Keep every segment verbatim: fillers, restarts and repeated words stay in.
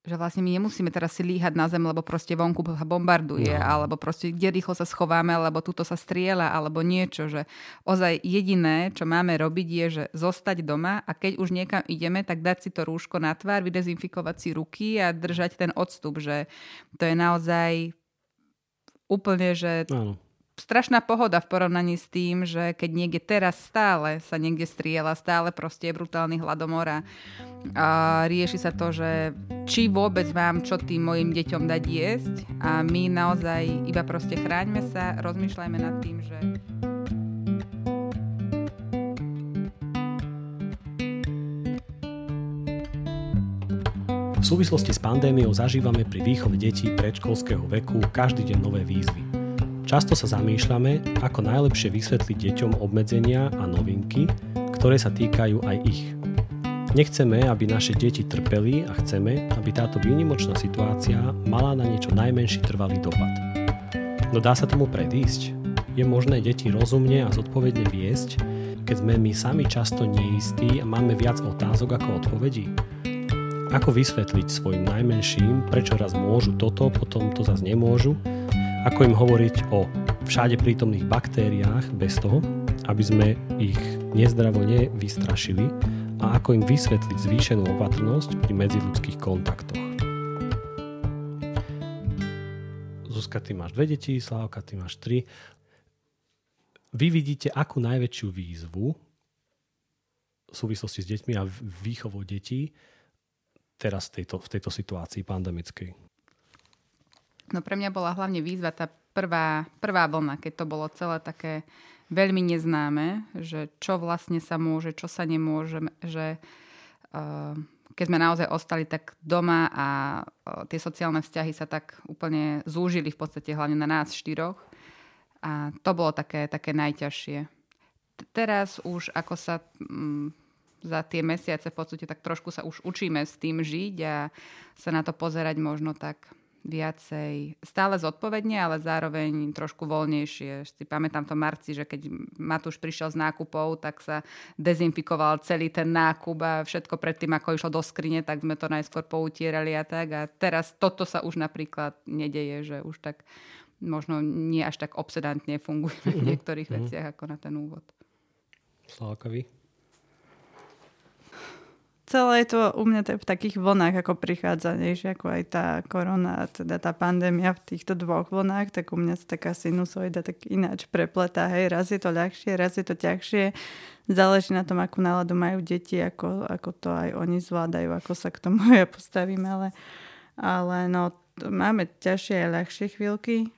že vlastne my nemusíme teraz si líhať na zem, lebo proste vonku bombarduje, no. alebo proste kde rýchlo sa schováme, alebo tuto sa strieľa, alebo niečo, že ozaj jediné, čo máme robiť, je, že zostať doma a keď už niekam ideme, tak dať si to rúško na tvár, vydezinfikovať si ruky a držať ten odstup, že to je naozaj úplne, že no. strašná pohoda v porovnaní s tým, že keď niekde teraz stále sa niekde strieľa, stále proste je brutálny hladomor a rieši sa to, že či vôbec mám čo tým mojim deťom dať jesť a my naozaj iba proste chráňme sa, rozmýšľajme nad tým, že... V súvislosti s pandémiou zažívame pri výchove detí predškolského veku každý deň nové výzvy. Často sa zamýšľame, ako najlepšie vysvetliť deťom obmedzenia a novinky, ktoré sa týkajú aj ich. Nechceme, aby naše deti trpeli a chceme, aby táto výnimočná situácia mala na niečo najmenší trvalý dopad. No dá sa tomu predísť? Je možné deti rozumne a zodpovedne viesť, keď sme my sami často neistí a máme viac otázok ako odpovedí? Ako vysvetliť svojim najmenším, prečo raz môžu toto, potom to zase nemôžu? Ako im hovoriť o všade prítomných baktériách bez toho, aby sme ich nezdravo nevystrašili a ako im vysvetliť zvýšenú opatrnosť pri medziľudských kontaktoch. Zuzka, ty máš dve deti, Slávka, ty máš tri. Vy vidíte akú najväčšiu výzvu v súvislosti s deťmi a výchovou detí teraz v tejto, v tejto situácii pandemickej? No pre mňa bola hlavne výzva tá prvá, prvá vlna, keď to bolo celé také veľmi neznáme, že čo vlastne sa môže, čo sa nemôže, že uh, keď sme naozaj ostali tak doma a uh, tie sociálne vzťahy sa tak úplne zúžili v podstate hlavne na nás štyroch a to bolo také, také najťažšie. Teraz už ako sa um, za tie mesiace v podstate tak trošku sa už učíme s tým žiť a sa na to pozerať možno tak viacej stále zodpovedne, ale zároveň trošku voľnejšie. Si pamätám to marci, že keď Matúš prišiel z nákupov, tak sa dezinfikoval celý ten nákup a všetko predtým, ako išlo do skrine, tak sme to najskôr poutierali a tak. A teraz toto sa už napríklad nedeje, že už tak možno nie až tak obsedantne fungujeme mm-hmm. v niektorých mm-hmm. veciach ako na ten úvod. Slávka, vy? Celé je to u mňa to v takých vlnách, ako prichádza, než ako aj tá korona, teda tá pandémia v týchto dvoch vlnách, tak u mňa sa taká sinusoida tak ináč prepletá. Hej, raz je to ľahšie, raz je to ťažšie. Záleží na tom, akú náladu majú deti, ako, ako to aj oni zvládajú, ako sa k tomu ja postavím. Ale, ale no, máme ťažšie aj ľahšie chvíľky.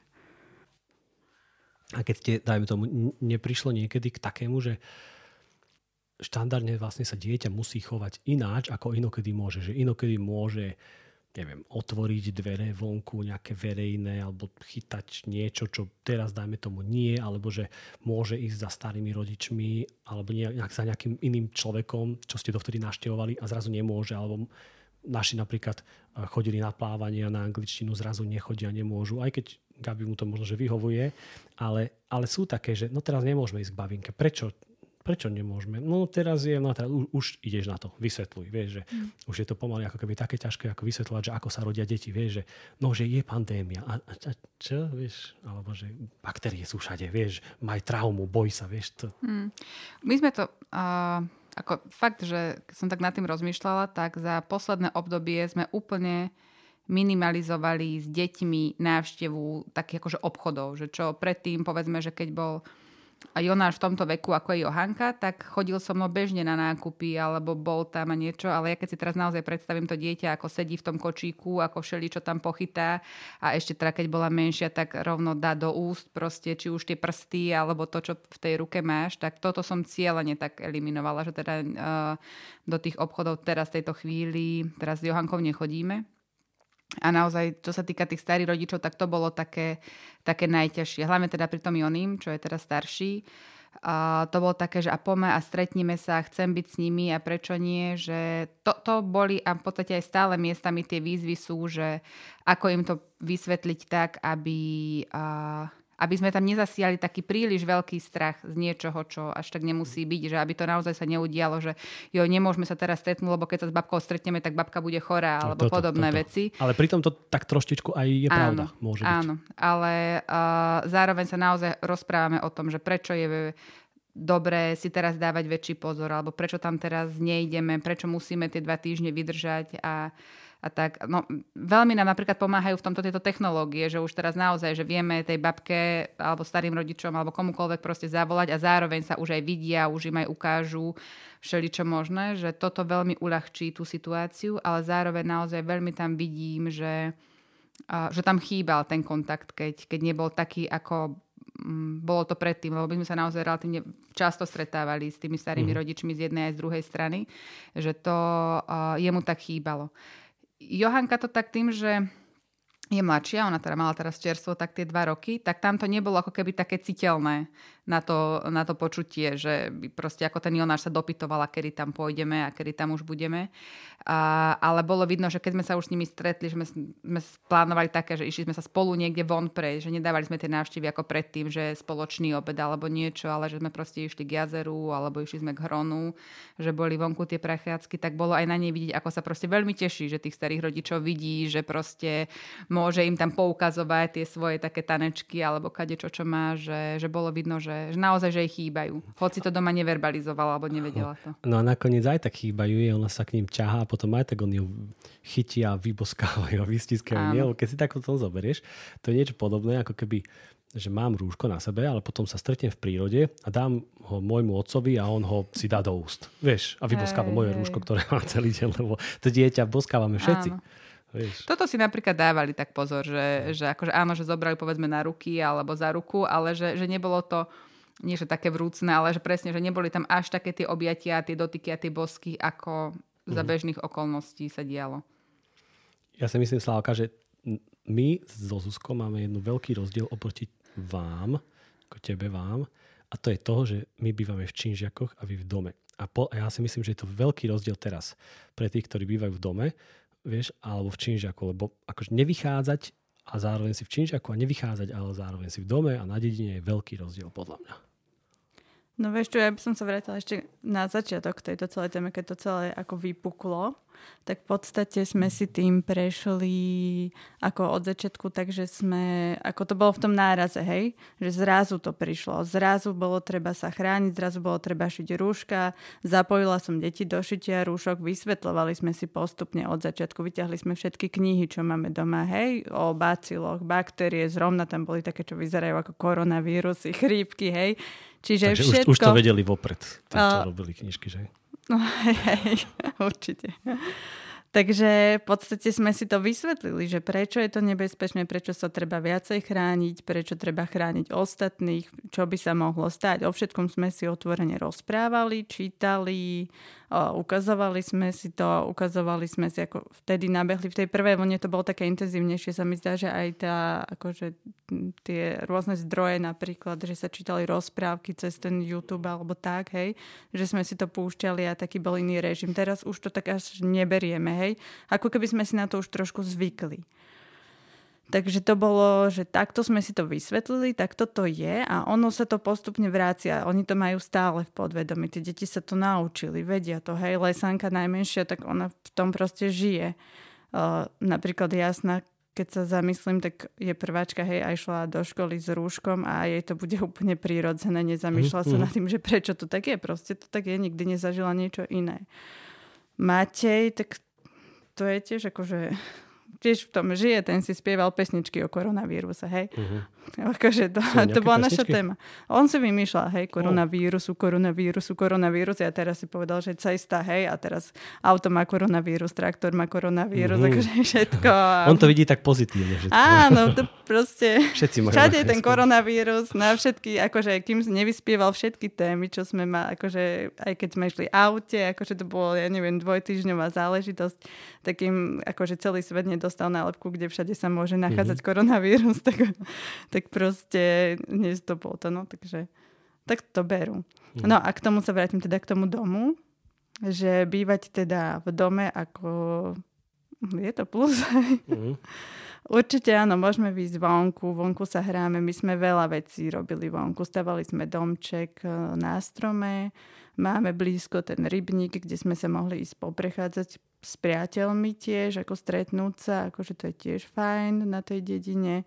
A keď ste, dajme tomu, neprišlo niekedy k takému, že štandardne vlastne sa dieťa musí chovať ináč, ako inokedy môže. Že inokedy môže, neviem, otvoriť dvere vonku, nejaké verejné, alebo chytať niečo, čo teraz, dajme tomu, nie, alebo že môže ísť za starými rodičmi, alebo nejak za nejakým iným človekom, čo ste dovtedy navštevovali a zrazu nemôže, alebo naši napríklad chodili na plávanie a na angličtinu, zrazu nechodia, nemôžu, aj keď Gabi mu to možno, že vyhovuje, ale, ale sú také, že no teraz nemôžeme ísť k babinke. Prečo? Prečo nemôžeme? No teraz je, no teraz už, už ideš na to, vysvetľuj, vieš, že mm. už je to pomaly ako keby také ťažké, ako vysvetľovať, že ako sa rodia deti, vieš, že no, že je pandémia. A, a, a čo, vieš, alebo že baktérie sú všade, vieš, maj traumu, boj sa, vieš. To. Mm. My sme to, uh, ako fakt, že keď som tak nad tým rozmýšľala, tak za posledné obdobie sme úplne minimalizovali s deťmi návštevu takých akože obchodov, že čo predtým, povedzme, že keď bol a Jonáš v tomto veku, ako je Johanka, tak chodil so mnou bežne na nákupy alebo bol tam a niečo, ale ja keď si teraz naozaj predstavím to dieťa, ako sedí v tom kočíku, ako všeli, čo tam pochytá a ešte teda, keď bola menšia, tak rovno dá do úst proste, či už tie prsty alebo to, čo v tej ruke máš, tak toto som cieľene tak eliminovala, že teda uh, do tých obchodov teraz v tejto chvíli, teraz s Johankou nechodíme. A naozaj, čo sa týka tých starých rodičov, tak to bolo také, také najťažšie. Hlavne teda pri tom Joným, čo je teraz starší. A to bolo také, že a poďme a stretnime sa, chcem byť s nimi a prečo nie. Že to, to boli a v podstate aj stále miestami tie výzvy sú, že ako im to vysvetliť tak, aby, a, aby sme tam nezasiali taký príliš veľký strach z niečoho, čo až tak nemusí byť, že aby to naozaj sa neudialo, že jo, nemôžeme sa teraz stretnúť, lebo keď sa s babkou stretneme, tak babka bude chorá, alebo no, toto, podobné toto. veci. Ale pritom to tak troštičku aj je áno, pravda, môže byť. Áno, ale uh, zároveň sa naozaj rozprávame o tom, že prečo je dobré si teraz dávať väčší pozor, alebo prečo tam teraz nejdeme, prečo musíme tie dva týždne vydržať a A tak, no, veľmi nám napríklad pomáhajú v tomto tieto technológie, že už teraz naozaj, že vieme tej babke alebo starým rodičom alebo komukoľvek proste zavolať a zároveň sa už aj vidia, už im aj ukážu všeličo možné, že toto veľmi uľahčí tú situáciu, ale zároveň naozaj veľmi tam vidím, že, uh, že tam chýbal ten kontakt, keď, keď nebol taký, ako um, bolo to predtým, lebo my sme sa naozaj relatívne často stretávali s tými starými mm. rodičmi z jednej aj z druhej strany, že to uh, jemu tak chýbalo. Johanka to tak tým, že je mladšia, ona teda mala teraz čerstvo tak tie dva roky, tak tam to nebolo ako keby také citeľné na to, na to počutie, že by proste ako ten Jonáš sa dopytovala, kedy tam pôjdeme a kedy tam už budeme. A, ale bolo vidno, že keď sme sa už s nimi stretli, že sme, sme plánovali také, že išli sme sa spolu niekde von prejsť, že nedávali sme tie návštevy ako predtým, že spoločný obed alebo niečo, ale že sme proste išli k jazeru alebo išli sme k hronu, že boli vonku tie prechádzky, tak bolo aj na nej vidieť, ako sa proste veľmi teší, že tých starých rodičov vidí, že proste môže im tam poukazovať tie svoje také tanečky alebo kadečo, čo má, že, že bolo vidno, že že naozaj, že jej chýbajú. Hoci to doma neverbalizovala, alebo nevedela to. No a nakoniec aj tak chýbajú jej, ona sa k ním ťahá a potom aj tak on ju chytia, vyboskávajú a vystiskajú. Nie? Keď si tak to zoberieš, to je niečo podobné, ako keby, že mám rúško na sebe, ale potom sa stretnem v prírode a dám ho môjmu otcovi a on ho si dá do úst. Vieš, a vyboskáva moje rúško, ktoré má celý deň, lebo to dieťa boskávame všetci. Áno. Vieš. Toto si napríklad dávali tak pozor, že, že akože áno, že zobrali povedzme na ruky alebo za ruku, ale že, že nebolo to nie že také vrúcne, ale že presne, že neboli tam až také tie objatia, tie dotyky a tie bosky, ako mm. za bežných okolností sa dialo. Ja si myslím, Slávka, že my so Zuzkou máme jednu veľký rozdiel oproti vám, ako tebe vám, a to je toho, že my bývame v činžiakoch a vy v dome. A, po, a ja si myslím, že je to veľký rozdiel teraz pre tých, ktorí bývajú v dome, vieš, alebo v činžiaku, lebo akože nevychádzať a zároveň si v činžiaku a nevychádzať, ale zároveň si v dome a na dedine je veľký rozdiel podľa mňa. No vieš čo, ja by som sa vrátila ešte na začiatok tejto celej téme, keď to celé ako vypuklo, tak v podstate sme si tým prešli ako od začiatku, takže sme, ako to bolo v tom náraze, hej, že zrazu to prišlo, zrazu bolo treba sa chrániť, zrazu bolo treba šiť rúška, zapojila som deti do šitia rúšok, vysvetľovali sme si postupne od začiatku, vyťahli sme všetky knihy, čo máme doma, hej, o baciloch, baktérie, zrovna tam boli také, čo vyzerajú ako koronavírusy, chrípky, hej. Čiže Takže všetko... už, už to vedeli vopred, tí, čo uh, robili knižky, že? No hej, hej, určite. Takže v podstate sme si to vysvetlili, že prečo je to nebezpečné, prečo sa treba viacej chrániť, prečo treba chrániť ostatných, čo by sa mohlo stať. O všetkom sme si otvorene rozprávali, čítali, o, ukazovali sme si to, ukazovali sme si, ako vtedy nabehli. V tej prvej vlne to bolo také intenzívnejšie. Sa mi zdá, že aj tá, akože tie rôzne zdroje napríklad, že sa čítali rozprávky cez ten YouTube alebo tak, hej, že sme si to púšťali a taký bol iný režim. Teraz už to tak až neberieme, hej. Ako keby sme si na to už trošku zvykli. Takže to bolo, že takto sme si to vysvetlili, takto to je a ono sa to postupne vrácia. Oni to majú stále v podvedomí. Tie deti sa to naučili, vedia to. Hej, Lesanka najmenšia, tak ona v tom proste žije. Uh, napríklad Jasna, keď sa zamyslím, tak je prváčka, hej, aj šla do školy s rúškom a jej to bude úplne prírodzené. Nezamýšľala mm, sa mm. nad tým, že prečo to tak je. Proste to tak je, nikdy nezažila niečo iné. Matej, tak to je tiež akože... tiež v tom žije, ten si spieval pesničky o koronavíruse, hej. Uh-huh. Akože to, to bola pesničky? Naša téma. On si vymýšľa, hej, koronavírusu, koronavírusu, koronavírus. A teraz si povedal, že cesta, hej, a teraz auto má koronavírus, traktor má koronavírus, uh-huh. akože všetko. A... On to vidí tak pozitívne. Všetko. Áno, to proste... Všetci majú. Všade je ten koronavírus, na všetky, akože kým nevyspieval všetky témy, čo sme mali, akože aj keď sme išli aute, akože to bolo, ja neviem, dvojtýždňová záležitosť, takým, akože celý svet nedostal nálepku, kde všade sa môže nachádzať mm-hmm. koronavírus, tak, tak proste nezdobil to, no, takže tak to berú. Mm. No a k tomu sa vrátim teda k tomu domu, že bývať teda v dome ako je to plus. Mm. Určite áno, môžeme výjsť vonku, vonku sa hráme, my sme veľa vecí robili vonku, stavali sme domček na strome, máme blízko ten rybník, kde sme sa mohli ísť poprechádzať s priateľmi tiež, ako stretnúť sa, akože to je tiež fajn na tej dedine.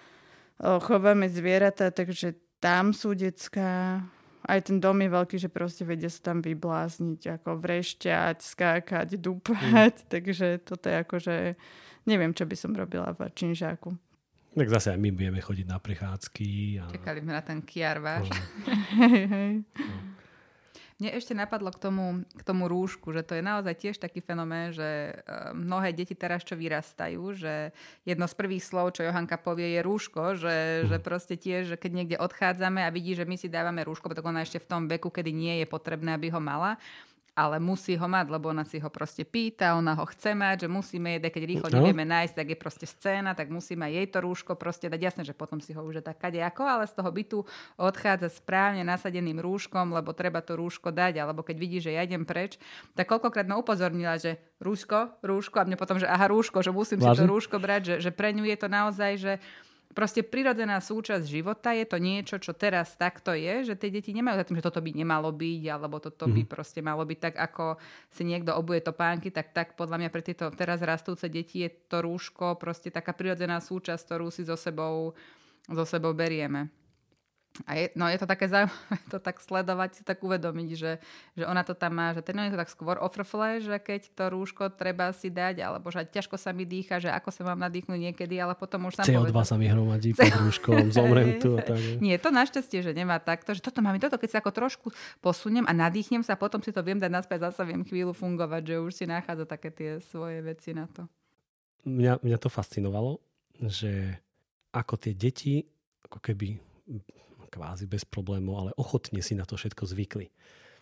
Chováme zvieratá, takže tam sú decká. Aj ten dom je veľký, že proste vedia sa tam vyblázniť, ako vrešťať, skákať, dúpať, mm. takže toto je akože... Neviem, čo by som robila v činžáku. Tak zase aj my budeme chodiť na prechádzky. A... Čakali sme na ten kiar váš. No. Hej, hej. No. Mne ešte napadlo k tomu, k tomu rúšku, že to je naozaj tiež taký fenomén, že mnohé deti teraz, čo vyrastajú, že jedno z prvých slov, čo Johanka povie, je rúško, že, mm. že proste tiež, že keď niekde odchádzame a vidí, že my si dávame rúško, pretože ona ešte v tom veku, kedy nie je potrebné, aby ho mala, ale musí ho mať, lebo ona si ho proste pýta, ona ho chce mať, že musíme jedať, keď rýchlo no. nevieme nájsť, tak je proste scéna, tak musíme jej to rúško proste dať. Jasné, že potom si ho už tak kadejako, ale z toho bytu odchádza správne nasadeným rúškom, lebo treba to rúško dať, alebo keď vidí, že ja idem preč, tak koľkokrát ma upozornila, že rúško, rúško a mne potom, že aha, rúško, že musím Vážne? si to rúško brať, že, že pre ňu je to naozaj, že proste prirodzená súčasť života, je to niečo, čo teraz takto je, že tie deti nemajú za tým, že toto by nemalo byť, alebo toto by proste malo byť tak, ako si niekto obuje topánky, tak tak podľa mňa pre tieto teraz rastúce deti je to rúško proste taká prirodzená súčasť, ktorú si so sebou, so sebou berieme. A je, no je to také zaujímavé to tak sledovať, si tak uvedomiť, že, že ona to tam má, že ten je to tak skôr ofrfle, že keď to rúško treba si dať, alebo že ťažko sa mi dýcha, že ako sa mám nadýchnuť niekedy, ale potom už cé ó dva sa mi hromadí pod rúškom, zomrem tu a tak. Nie, to našťastie, že nemá takto, že toto mám, toto keď sa ako trošku posuniem a nadýchnem sa, potom si to viem dať naspäť, zase viem chvíľu fungovať, že už si nachádza také tie svoje veci na to. Mňa, mňa to fascinovalo, že ako tie deti ako keby kvázi bez problémov, ale ochotne si na to všetko zvykli.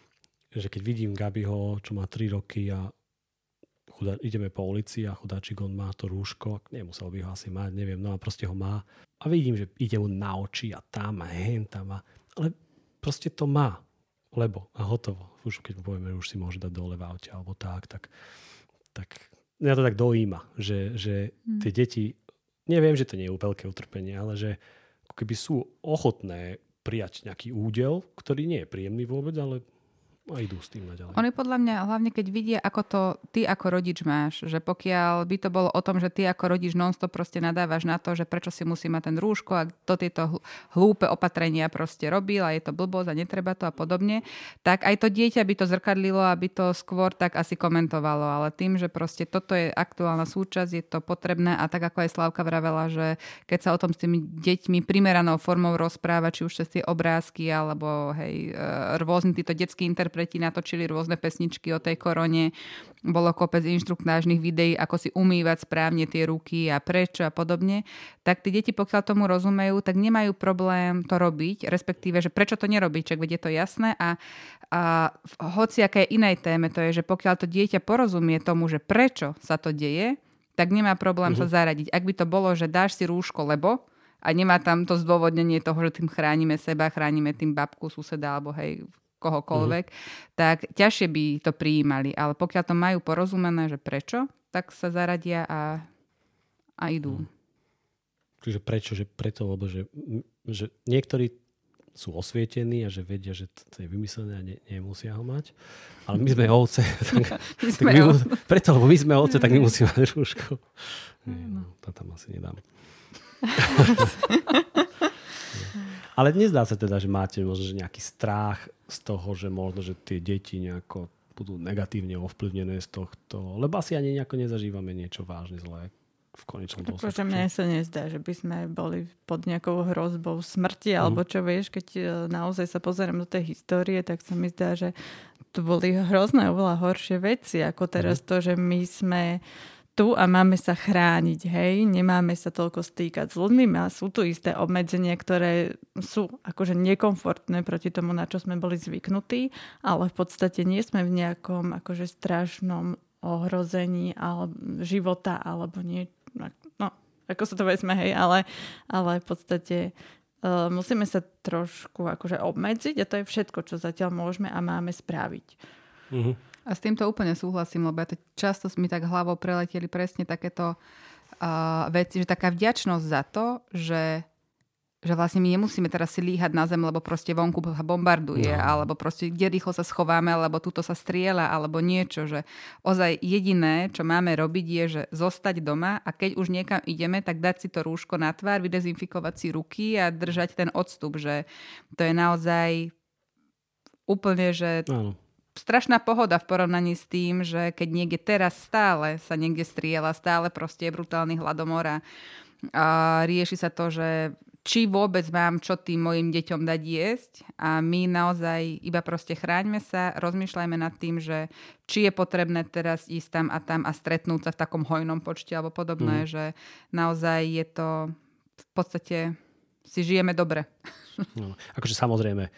Že keď vidím Gabiho, čo má tri roky a chudá, ideme po ulici a chudáčik, on má to rúško, nemusel by ho asi mať, neviem, no a proste ho má. A vidím, že ide mu na oči a tam a hen tam a... Ale proste to má, lebo a hotovo. Už keď povieme, že už si môže dať dole v aute alebo tak, tak, tak mňa to tak dojíma, že, že hmm. tie deti, neviem, že to nie je veľké utrpenie, ale že keby sú ochotné prijať nejaký údel, ktorý nie je príjemný vôbec, ale a idú s tým naďalej. Oni podľa mňa, hlavne keď vidia, ako to ty ako rodič máš, že pokiaľ by to bolo o tom, že ty ako rodič non-stop proste nadávaš na to, že prečo si musí mať ten rúško a to tieto hlúpe opatrenia proste robil a je to blbosť a netreba to a podobne, tak aj to dieťa by to zrkadlilo, aby to skôr tak asi komentovalo. Ale tým, že proste toto je aktuálna súčasť, je to potrebné a tak ako aj Slavka vravela, že keď sa o tom s tými deťmi primeranou formou rozpráva, či už cez tie obrázky alebo hej, rôzne títo detskí interpretácie natočili rôzne pesničky o tej korone. Bolo kopec inštruktážnych videí, ako si umývať správne tie ruky a prečo a podobne. Tak tí deti, pokiaľ tomu rozumejú, tak nemajú problém to robiť, respektíve, že prečo to nerobiť, čak veď je to jasné. A, a v hociakej inej téme to je, že pokiaľ to dieťa porozumie tomu, že prečo sa to deje, tak nemá problém uh-huh. sa zaradiť. Ak by to bolo, že dáš si rúško, lebo a nemá tam to zdôvodnenie toho, že tým chránime seba, chránime tým babku, suseda alebo hej, kohokoľvek, mm-hmm. tak ťažšie by to prijímali. Ale pokiaľ to majú porozumené, že prečo, tak sa zaradia a, a idú. Mm. Čiže prečo? Že preto, lebo že, že niektorí sú osvietení a že vedia, že to je vymyslené a ne, nemusia ho mať. Ale my sme ovce. Tak, my sme tak my, ovce. Preto, lebo my sme ovce, tak my musíme mať rúško. No, to tam asi nedám. Ale nezdá sa teda, že máte možno že nejaký strach z toho, že možno, že tie deti nejako budú negatívne ovplyvnené z tohto, lebo asi ani nejako nezažívame niečo vážne zlé v konečnom dôsledku. Pretože mne sa nezdá, že by sme boli pod nejakou hrozbou smrti, mm. alebo čo vieš, keď naozaj sa pozerám do tej histórie, tak sa mi zdá, že to boli hrozné oveľa horšie veci, ako teraz mm. to, že my sme tu a máme sa chrániť, hej, nemáme sa toľko stýkať s ľuďmi a sú tu isté obmedzenia, ktoré sú akože nekomfortné proti tomu, na čo sme boli zvyknutí, ale v podstate nie sme v nejakom akože strašnom ohrození ale, života alebo nie, no, ako sa to vezme, hej, ale, ale v podstate uh, musíme sa trošku akože obmedziť a to je všetko, čo zatiaľ môžeme a máme spraviť. Mhm. A s týmto úplne súhlasím, lebo ja to často mi tak hlavou preleteli presne takéto uh, veci, že taká vďačnosť za to, že že vlastne my nemusíme teraz si líhať na zem, lebo proste vonku sa bombarduje, no. alebo proste kde rýchlo sa schováme, alebo tuto sa strieľa, alebo niečo, že ozaj jediné, čo máme robiť, je, že zostať doma a keď už niekam ideme, tak dať si to rúško na tvár, vydezinfikovať si ruky a držať ten odstup, že to je naozaj úplne, že no. strašná pohoda v porovnaní s tým, že keď niekde teraz stále sa niekde strieľa, stále proste je brutálny hladomor a rieši sa to, že či vôbec mám čo tým mojim deťom dať jesť a my naozaj iba proste chráňme sa, rozmýšľajme nad tým, že či je potrebné teraz ísť tam a tam a stretnúť sa v takom hojnom počte alebo podobné, mm. že naozaj je to v podstate si žijeme dobre. No, akože samozrejme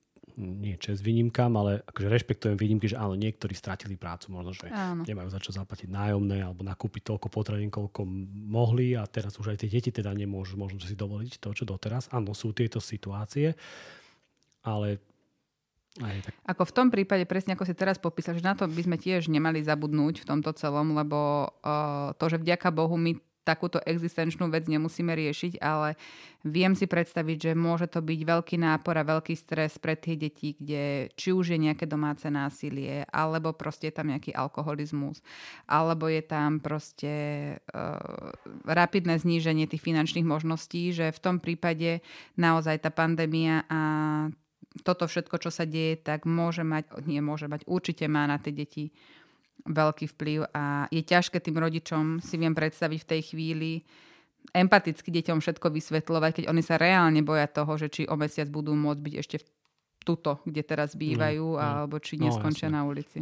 nie čest výnimkám, ale akože rešpektujem výnimky, že áno, niektorí strátili prácu, možno, že áno. nemajú za čo zaplatiť nájomné alebo nakúpiť toľko potravín, koľko mohli a teraz už aj tie deti teda nemôžu možno si dovoliť to, čo doteraz. Áno, sú tieto situácie, ale aj tak. Ako v tom prípade, presne ako si teraz popísal, že na to by sme tiež nemali zabudnúť v tomto celom, lebo uh, to, že vďaka Bohu my takúto existenčnú vec nemusíme riešiť, ale viem si predstaviť, že môže to byť veľký nápor a veľký stres pre tie deti, kde či už je nejaké domáce násilie, alebo proste je tam nejaký alkoholizmus, alebo je tam proste uh, rapidné zníženie tých finančných možností, že v tom prípade naozaj tá pandémia a toto všetko, čo sa deje, tak môže mať, nie môže mať, určite má na tie deti veľký vplyv a je ťažké tým rodičom, si viem predstaviť v tej chvíli, empaticky deťom všetko vysvetľovať, keď oni sa reálne boja toho, že či o mesiac budú môcť byť ešte tuto, kde teraz bývajú, no, alebo či neskončia no, na ulici.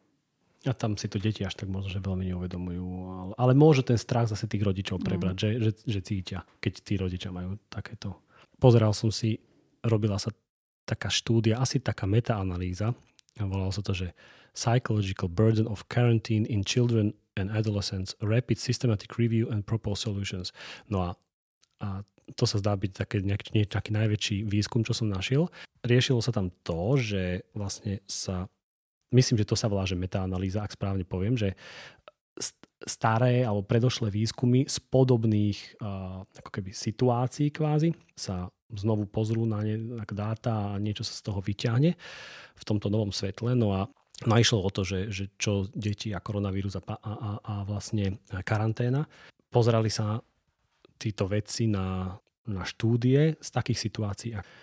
A tam si to deti až tak možno, že veľmi neuvedomujú. Ale, ale môže ten strach zase tých rodičov prebrať, mm. že, že, že cítia, keď tí rodičia majú takéto. Pozeral som si, robila sa taká štúdia, asi taká metaanalýza, a volalo sa to, že Psychological Burden of Quarantine in Children and Adolescents, Rapid Systematic Review and Proposed Solutions. No a, a to sa zdá byť taký nejaký, nejaký najväčší výskum, čo som našiel. Riešilo sa tam to, že vlastne sa, myslím, že to sa volá, že metaanalýza, ak správne poviem, že staré alebo predošlé výskumy z podobných uh, ako keby situácií kvázi sa znovu pozrú na ne, na dáta a niečo sa z toho vyťahne v tomto novom svetle. No a no išlo o to, že, že čo deti a koronavírus a, a, a vlastne karanténa. Pozerali sa títo vedci na, na štúdie z takých situácií ako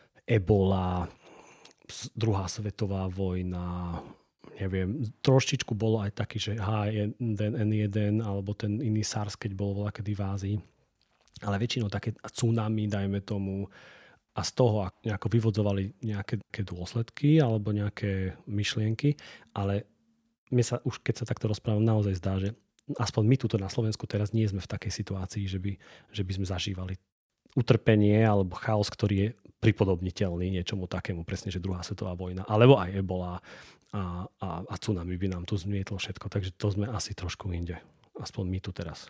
ebola, druhá svetová vojna, neviem, trošičku bolo aj taký, že há en jeden alebo ten iný SARS, keď bolo voľakedy v Ázii. Ale väčšinou také tsunami, dajme tomu, a z toho nejako vyvodzovali nejaké dôsledky alebo nejaké myšlienky, ale my sa už keď sa takto rozprávam, naozaj zdá, že aspoň my tuto na Slovensku teraz nie sme v takej situácii, že by, že by sme zažívali utrpenie alebo chaos, ktorý je pripodobniteľný niečomu takému, presne, že druhá svetová vojna, alebo aj ebola a, a, a tsunami by nám tu zmietlo všetko, takže to sme asi trošku inde. Aspoň my tu teraz.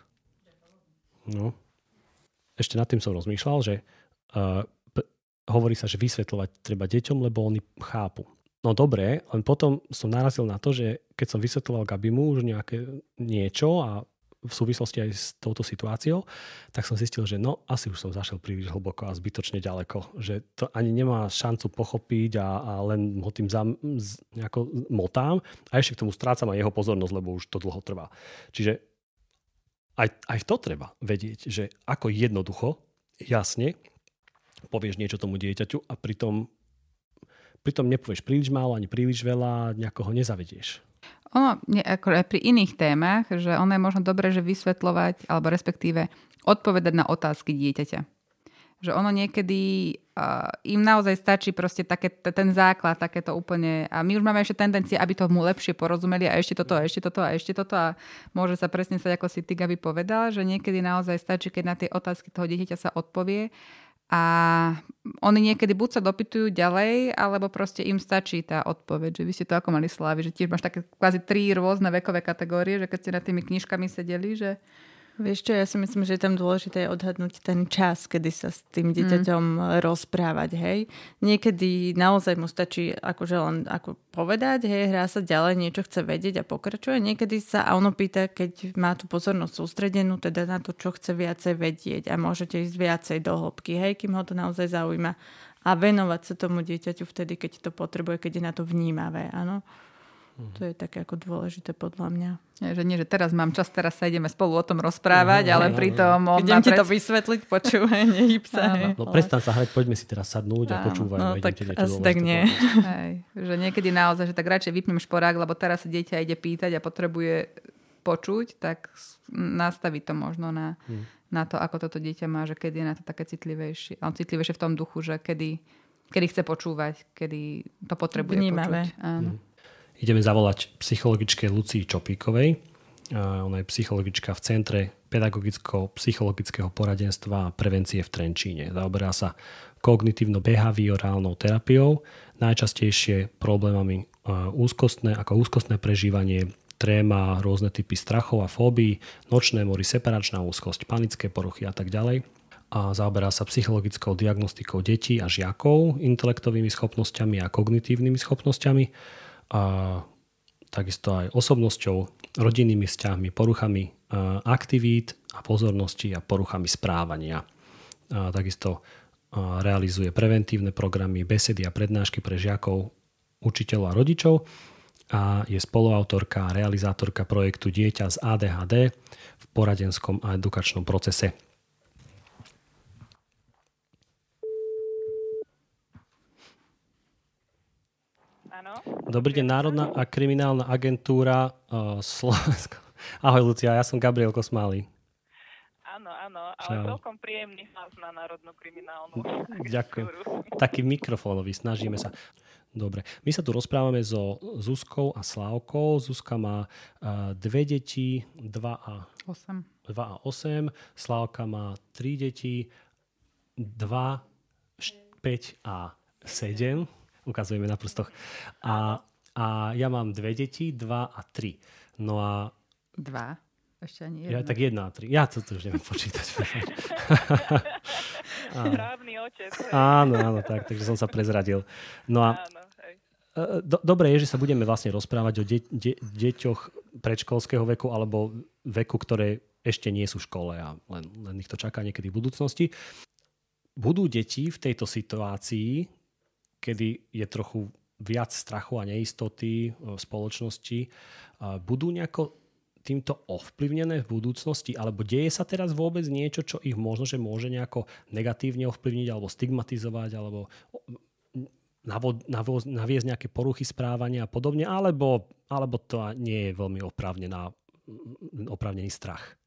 No. Ešte nad tým som rozmýšľal, že uh, hovorí sa, že vysvetľovať treba deťom, lebo oni chápu. No dobre, len potom som narazil na to, že keď som vysvetľoval Gabimu už nejaké niečo a v súvislosti aj s touto situáciou, tak som zistil, že no, asi už som zašiel príliš hlboko a zbytočne ďaleko. Že to ani nemá šancu pochopiť a, a len ho tým zam, z, nejako motám a ešte k tomu strácam aj jeho pozornosť, lebo už to dlho trvá. Čiže aj, aj to treba vedieť, že ako jednoducho, jasne, povieš niečo tomu dieťaťu a pritom, pritom nepovieš príliš málo ani príliš veľa, nejako ho nezavedieš. Ono, nie, ako aj pri iných témach, že ono je možno dobré, že vysvetľovať, alebo respektíve odpovedať na otázky dieťaťa. Že ono niekedy uh, im naozaj stačí proste také, ten základ, takéto úplne, a my už máme ešte tendencie, aby to mu lepšie porozumeli a ešte toto a ešte toto a ešte toto a môže sa presne sa, ako si ty, Gabi, povedala, že niekedy naozaj stačí, keď na tie otázky toho dieťaťa sa odpovie. A oni niekedy buď sa dopytujú ďalej, alebo proste im stačí tá odpoveď. Že vy ste to ako mali Slávy, že tiež máš také kvázi tri rôzne vekové kategórie, že keď ste nad tými knižkami sedeli, že... Vieš čo, ja si myslím, že je tam dôležité odhadnúť ten čas, kedy sa s tým dieťaťom mm. rozprávať, hej. Niekedy naozaj mu stačí akože len ako povedať, hej, hrá sa ďalej, niečo chce vedieť a pokračuje. Niekedy sa a ono pýta, keď má tú pozornosť sústredenú, teda na to, čo chce viacej vedieť a môžete ísť viacej do hĺbky, hej, kým ho to naozaj zaujíma. A venovať sa tomu dieťaťu vtedy, keď to potrebuje, keď je na to vnímavé, áno. To je také ako dôležité podľa mňa. Je, že nie, že teraz mám čas, teraz sa ideme spolu o tom rozprávať, uh, ale pritom on idem ti pred... to vysvetliť, počúvaj, nehyb sa. No, no prestaň sa hrať, poďme si teraz sadnúť a počúvaj. No tak asi tak nie. Hej, že niekedy naozaj, že tak radšej vypnem šporák, lebo teraz sa dieťa ide pýtať a potrebuje počuť, tak nastaviť to možno na, hmm. na to, ako toto dieťa má, že kedy je na to také citlivejšie. On citlivejšie v tom duchu, že kedy, kedy chce počúvať, kedy to potrebuje Vnímavé. počuť. Áno. Hmm. Ideme zavolať psychologičke Lucii Čopíkovej. Ona je psychologička v Centre pedagogicko-psychologického poradenstva a prevencie v Trenčíne. Zaoberá sa kognitívno-behaviorálnou terapiou, najčastejšie problémami úzkostné, ako úzkostné prežívanie, tréma, rôzne typy strachov a fóbií, nočné mory, separačná úzkosť, panické poruchy a tak ďalej. A zaoberá sa psychologickou diagnostikou detí a žiakov, intelektovými schopnosťami a kognitívnymi schopnosťami, a takisto aj osobnosťou, rodinnými vzťahmi, poruchami aktivít a pozornosti a poruchami správania. A takisto realizuje preventívne programy, besedy a prednášky pre žiakov, učiteľov a rodičov a je spoluautorka a realizátorka projektu Dieťa z á dé há dé v poradenskom a edukačnom procese. Dobrý deň, Národná a kriminálna agentúra uh, Slovensko. Ahoj, Lucia, ja som Gabriel Kosmály. Áno, áno, ale Čau. Celkom príjemný hlas na Národnú kriminálnu agentúru. Ďakujem. Taký mikrofónový, snažíme sa. Dobre, my sa tu rozprávame so Zuzkou a Slávkou. Zuzka má uh, dve deti, dva a osem. Slávka má tri deti, dva, päť a sedem. Ukazujeme na prstoch. A, a ja mám dve deti, dva a tri. No a... Dva? Ešte ani jedna. Ja, tak jedna a tri. Ja to, to už neviem počítať. Správny otec. Áno, áno, tak, takže som sa prezradil. No a áno, do, dobre je, že sa budeme vlastne rozprávať o de, de, deťoch predškolského veku alebo veku, ktoré ešte nie sú v škole a len, len ich to čaká niekedy v budúcnosti. Budú deti v tejto situácii, kedy je trochu viac strachu a neistoty v spoločnosti, budú nejako týmto ovplyvnené v budúcnosti? Alebo deje sa teraz vôbec niečo, čo ich možno, že môže nejako negatívne ovplyvniť alebo stigmatizovať, alebo naviesť nejaké poruchy správania a podobne? Alebo, alebo to nie je veľmi oprávnený strach?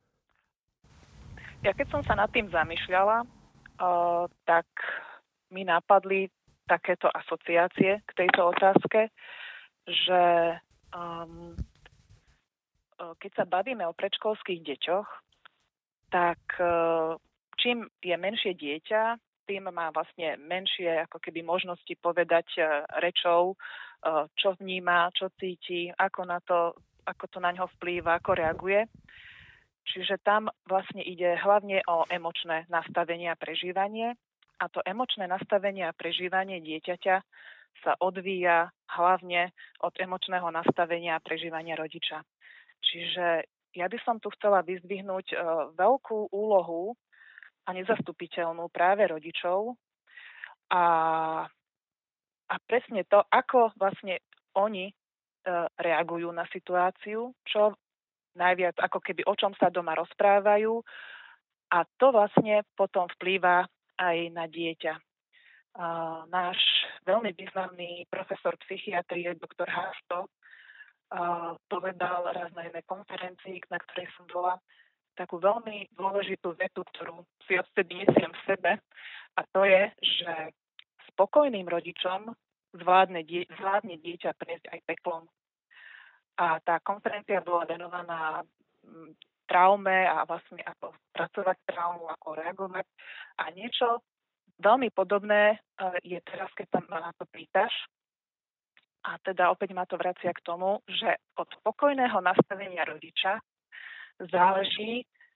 Ja keď som sa nad tým zamýšľala, uh, tak mi napadli takéto asociácie k tejto otázke, že um, keď sa bavíme o predškolských deťoch, tak uh, čím je menšie dieťa, tým má vlastne menšie ako keby možnosti povedať uh, rečou, uh, čo vníma, čo cíti, ako na to, ako to na ňo vplýva, ako reaguje. Čiže tam vlastne ide hlavne o emočné nastavenie a prežívanie. A to emočné nastavenie a prežívanie dieťaťa sa odvíja hlavne od emočného nastavenia a prežívania rodiča. Čiže ja by som tu chcela vyzdvihnúť uh, veľkú úlohu a nezastupiteľnú práve rodičov a, a presne to, ako vlastne oni uh, reagujú na situáciu, čo najviac, ako keby o čom sa doma rozprávajú a to vlastne potom vplýva aj na dieťa. Uh, náš veľmi významný profesor psychiatrie, doktor Hasto, uh, povedal raz na jednej konferencii, na ktorej som bola, takú veľmi dôležitú vetu, ktorú si odtedy nesiem v sebe, a to je, že spokojným rodičom zvládne, die- zvládne dieťa prejsť aj peklom. A tá konferencia bola venovaná m, traume a vlastne ako pracovať traumu, ako reagovať. A niečo veľmi podobné je teraz, keď sa na to pýtaš. A teda opäť ma to vracia k tomu, že od spokojného nastavenia rodiča záleží,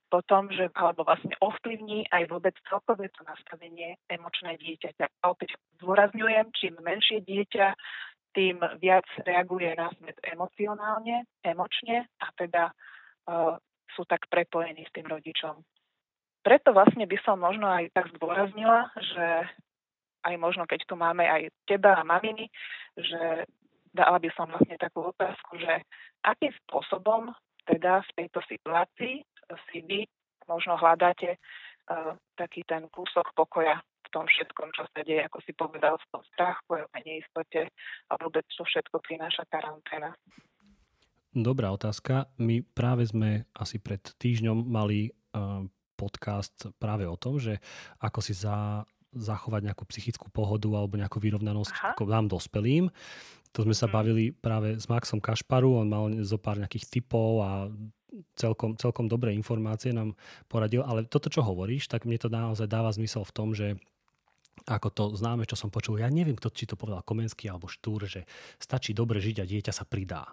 potom, že, alebo vlastne ovplyvní aj vôbec celkové to nastavenie emočné dieťaťa. A opäť zdôrazňujem, čím menšie dieťa, tým viac reaguje na svet emocionálne, emočne a teda uh, sú tak prepojení s tým rodičom. Preto vlastne by som možno aj tak zdôraznila, že aj možno keď tu máme aj teba a maminy, že dala by som vlastne takú otázku, že akým spôsobom teda v tejto situácii si vy možno hľadáte uh, taký ten kúsok pokoja v tom všetkom, čo sa deje, ako si povedal, v tom strachu a neistote a vôbec čo všetko prináša karanténa. Dobrá otázka. My práve sme asi pred týždňom mali uh, podcast práve o tom, že ako si za, zachovať nejakú psychickú pohodu alebo nejakú vyrovnanosť Aha. ako nám dospelým. To sme sa bavili práve s Maxom Kašparu, on mal zo pár nejakých tipov a celkom, celkom dobré informácie nám poradil, ale toto, čo hovoríš, tak mne to naozaj dáva zmysel v tom, že ako to známe, čo som počul, ja neviem, kto, či to povedal Komenský alebo Štúr, že stačí dobre žiť a dieťa sa pridá.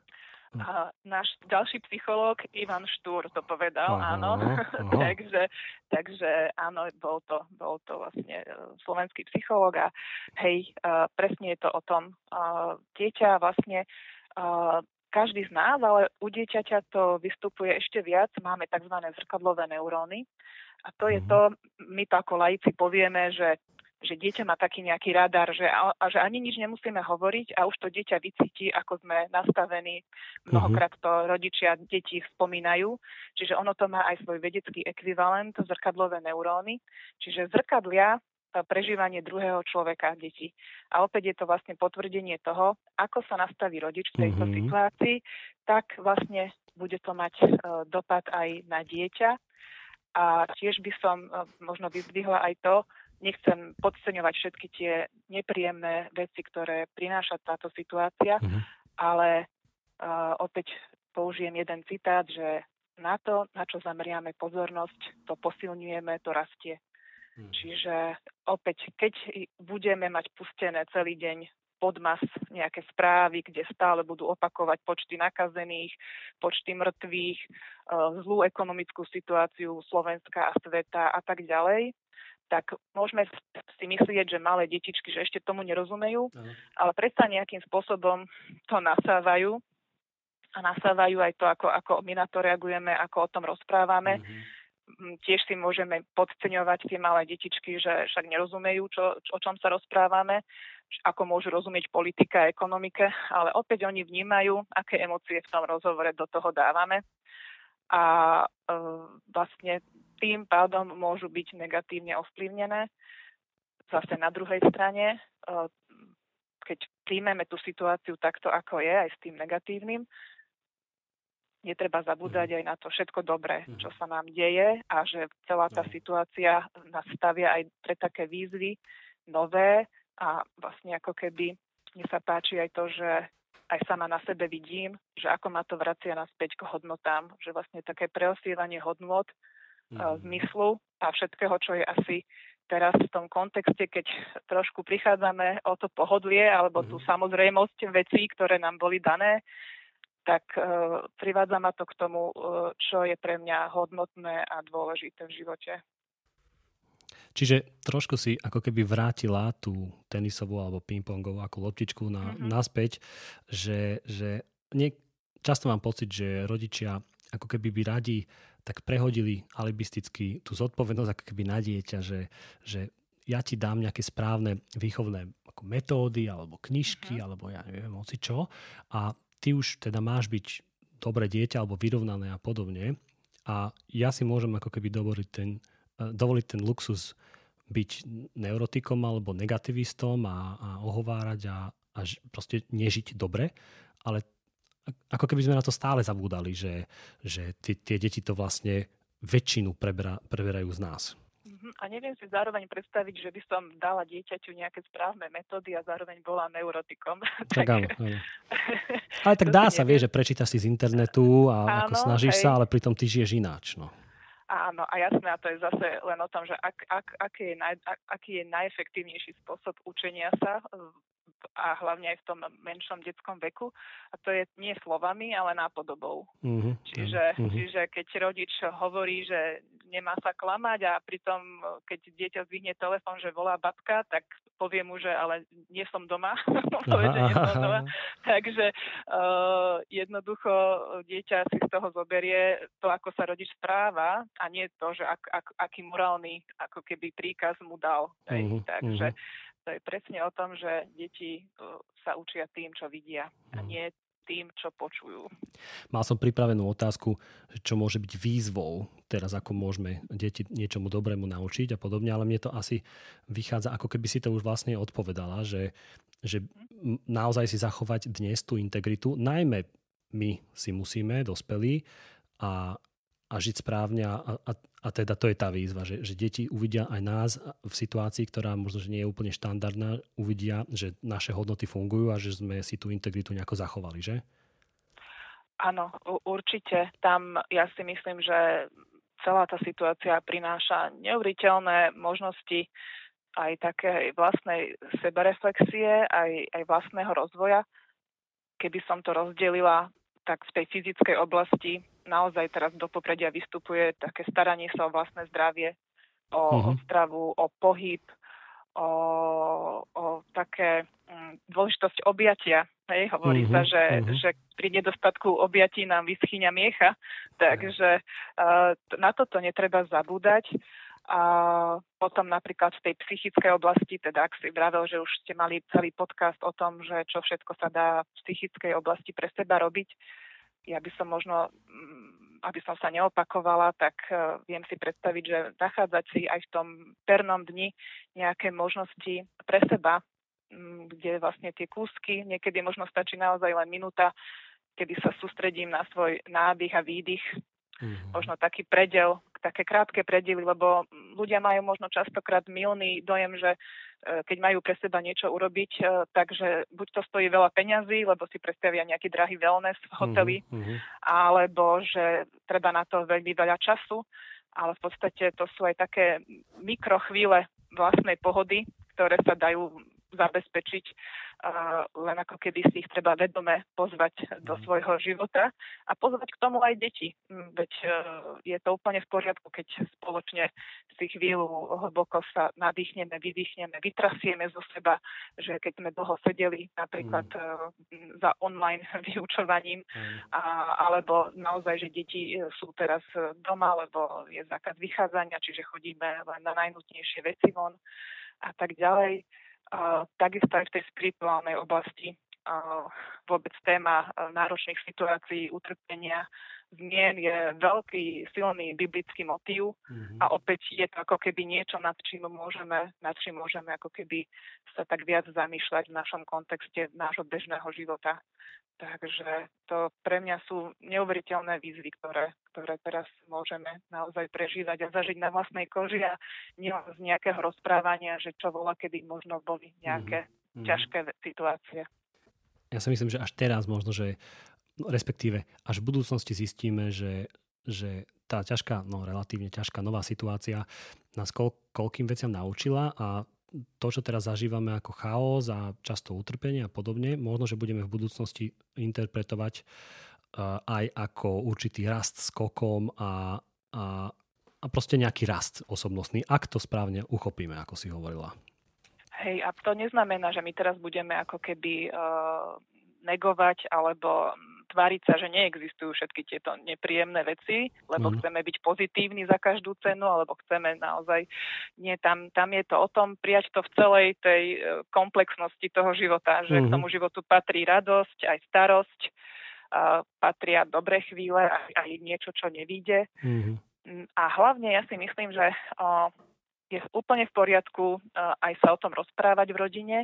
A náš ďalší psychológ Ivan Štúr to povedal, aha, áno. Aha. takže, takže áno, bol to, bol to vlastne slovenský psychológ a hej, uh, presne je to o tom. Uh, dieťa vlastne, uh, každý z nás, ale u dieťaťa to vystupuje ešte viac, máme tzv. Zrkadlové neuróny a to je to, my to ako laici povieme, že že dieťa má taký nejaký radar, že, a, a že ani nič nemusíme hovoriť a už to dieťa vycíti, ako sme nastavení. Mnohokrát to rodičia detí spomínajú. Čiže ono to má aj svoj vedecký ekvivalent, zrkadlové neuróny. Čiže zrkadlia prežívanie druhého človeka, detí. A opäť je to vlastne potvrdenie toho, ako sa nastaví rodič v tejto mm-hmm. situácii, tak vlastne bude to mať uh, dopad aj na dieťa. A tiež by som uh, možno vyzdvihla aj to, nechcem podceňovať všetky tie nepríjemné veci, ktoré prináša táto situácia, mm-hmm. ale uh, opäť použijem jeden citát, že na to, na čo zameriame pozornosť, to posilňujeme, to rastie. Mm-hmm. Čiže opäť, keď budeme mať pustené celý deň podmas nejaké správy, kde stále budú opakovať počty nakazených, počty mŕtvych, uh, zlú ekonomickú situáciu Slovenska a sveta a tak ďalej, tak môžeme si myslieť, že malé detičky, že ešte tomu nerozumejú, uh-huh. ale predsa nejakým spôsobom to nasávajú a nasávajú aj to, ako, ako my na to reagujeme, ako o tom rozprávame. Uh-huh. Tiež si môžeme podceňovať tie malé detičky, že však nerozumejú, čo, o čom sa rozprávame, ako môžu rozumieť politika a ekonomike, ale opäť oni vnímajú, aké emócie v tom rozhovore do toho dávame. A e, vlastne tým pádom môžu byť negatívne ovplyvnené. Zase na druhej strane, keď príjmeme tú situáciu takto, ako je, aj s tým negatívnym, netreba zabúdať aj na to všetko dobré, čo sa nám deje a že celá tá situácia nás stavia aj pre také výzvy nové a vlastne ako keby mne sa páči aj to, že aj sama na sebe vidím, že ako ma to vracia naspäť k hodnotám, že vlastne také preosievanie hodnot zmyslu a všetkého, čo je asi teraz v tom kontexte, keď trošku prichádzame o to pohodlie alebo tú samozrejmosť vecí, ktoré nám boli dané, tak uh, privádza ma to k tomu, uh, čo je pre mňa hodnotné a dôležité v živote. Čiže trošku si ako keby vrátila tú tenisovú alebo pingpongovú ako loptičku na, mm-hmm. naspäť, že, že nie, často mám pocit, že rodičia ako keby by radi tak prehodili alibisticky tú zodpovednosť ako keby na dieťa, že, že ja ti dám nejaké správne výchovné ako metódy alebo knižky, uh-huh. alebo ja neviem, hoci čo. A ty už teda máš byť dobré dieťa alebo vyrovnané a podobne. A ja si môžem ako keby dovoliť ten, dovoliť ten luxus byť neurotikom alebo negativistom a, a ohovárať a, a proste nežiť dobre. Ale ako keby sme na to stále zabúdali, že, že tie, tie deti to vlastne väčšinu prebera, preberajú z nás. A neviem si zároveň predstaviť, že by som dala dieťaťu nejaké správne metódy a zároveň bola neurotikom. Tak áno, áno. Ale tak dá sa, vie, že prečítaš si z internetu a áno, ako snažíš hej. sa, ale pritom ty žiješ ináč. No. Áno, a jasné, a to je zase len o tom, že ak, ak, aký, je naj, ak, aký je najefektívnejší spôsob učenia sa a hlavne aj v tom menšom detskom veku. A to je nie slovami, ale nápodobou. Uh-huh. Čiže, uh-huh. čiže keď rodič hovorí, že nemá sa klamať a pritom, keď dieťa zvihne telefón, že volá babka, tak povie mu, že ale nie som doma. Povie, že nie som doma. Takže uh, jednoducho dieťa si z toho zoberie to, ako sa rodič správa a nie to, že ak, ak, aký morálny ako keby príkaz mu dal. Uh-huh. Takže to je presne o tom, že deti sa učia tým, čo vidia a nie tým, čo počujú. Mal som pripravenú otázku, čo môže byť výzvou teraz, ako môžeme deti niečomu dobrému naučiť a podobne, ale mne to asi vychádza, ako keby si to už vlastne odpovedala, že, že naozaj si zachovať dnes tú integritu, najmä my si musíme, dospelí, a a žiť správne a, a, a teda to je tá výzva, že, že deti uvidia aj nás v situácii, ktorá možno, že nie je úplne štandardná, uvidia, že naše hodnoty fungujú a že sme si tú integritu nejako zachovali, že? Áno, určite. Tam ja si myslím, že celá tá situácia prináša neuveriteľné možnosti aj také vlastnej sebareflexie, aj, aj vlastného rozvoja. Keby som to rozdelila, tak v tej fyzickej oblasti naozaj teraz do popredia vystupuje také staranie sa o vlastné zdravie, o, uh-huh. o stravu, o pohyb, o, o také um, dôležitosť objatia. Hej, hovorí uh-huh. sa, že, uh-huh. že pri nedostatku objatí nám vyschýňa miecha, takže uh, na toto netreba zabúdať. A potom napríklad v tej psychickej oblasti, teda ak si vravel, že už ste mali celý podcast o tom, že čo všetko sa dá v psychickej oblasti pre seba robiť, ja by som možno, aby som sa neopakovala, tak viem si predstaviť, že nachádzať si aj v tom pernom dni nejaké možnosti pre seba, kde vlastne tie kúsky, niekedy možno stačí naozaj len minúta, kedy sa sústredím na svoj nádych a výdych, mm-hmm. možno taký predel, také krátke prediely, lebo ľudia majú možno častokrát mylný dojem, že keď majú pre seba niečo urobiť, takže buď to stojí veľa peňazí, lebo si predstavia nejaký drahý wellness v hoteli, uh-huh. alebo že treba na to veľmi veľa času, ale v podstate to sú aj také mikrochvíle vlastnej pohody, ktoré sa dajú zabezpečiť, uh, len ako keby si ich treba vedome pozvať do svojho života a pozvať k tomu aj deti. Veď uh, je to úplne v poriadku, keď spoločne si chvíľu hlboko sa nadýchneme, vydýchneme, vytrasieme zo seba, že keď sme dlho sedeli napríklad uh, za online vyučovaním, a, alebo naozaj, že deti sú teraz doma, lebo je zákaz vychádzania, čiže chodíme len na najnutnejšie veci von a tak ďalej. Uh, takisto aj v tej spirituálnej oblasti uh, vôbec téma uh, náročných situácií, utrpenia, zmien je veľký, silný biblický motív mm-hmm. a opäť je to ako keby niečo, nad čím môžeme, nad čím môžeme ako keby sa tak viac zamýšľať v našom kontexte nášho bežného života. Takže to pre mňa sú neuveriteľné výzvy, ktoré, ktoré teraz môžeme naozaj prežívať a zažiť na vlastnej koži a nielen z nejakého rozprávania, že čo bola, kedy možno boli nejaké mm-hmm. ťažké situácie. Ja si myslím, že až teraz možno, že respektíve až v budúcnosti zistíme, že, že tá ťažká, no relatívne ťažká nová situácia nás koľ, koľkým veciam naučila a to, čo teraz zažívame ako chaos a často utrpenie a podobne, možno, že budeme v budúcnosti interpretovať uh, aj ako určitý rast skokom a, a, a proste nejaký rast osobnostný, ak to správne uchopíme, ako si hovorila. Hej, a to neznamená, že my teraz budeme ako keby uh, negovať alebo tváriť sa, že neexistujú všetky tieto nepríjemné veci, lebo mm. chceme byť pozitívni za každú cenu, alebo chceme naozaj, nie, tam, tam je to o tom prijať to v celej tej komplexnosti toho života, že mm. k tomu životu patrí radosť, aj starosť, uh, patria dobré chvíle, aj, aj niečo, čo nevíde. Mm. A hlavne ja si myslím, že uh, je úplne v poriadku uh, aj sa o tom rozprávať v rodine,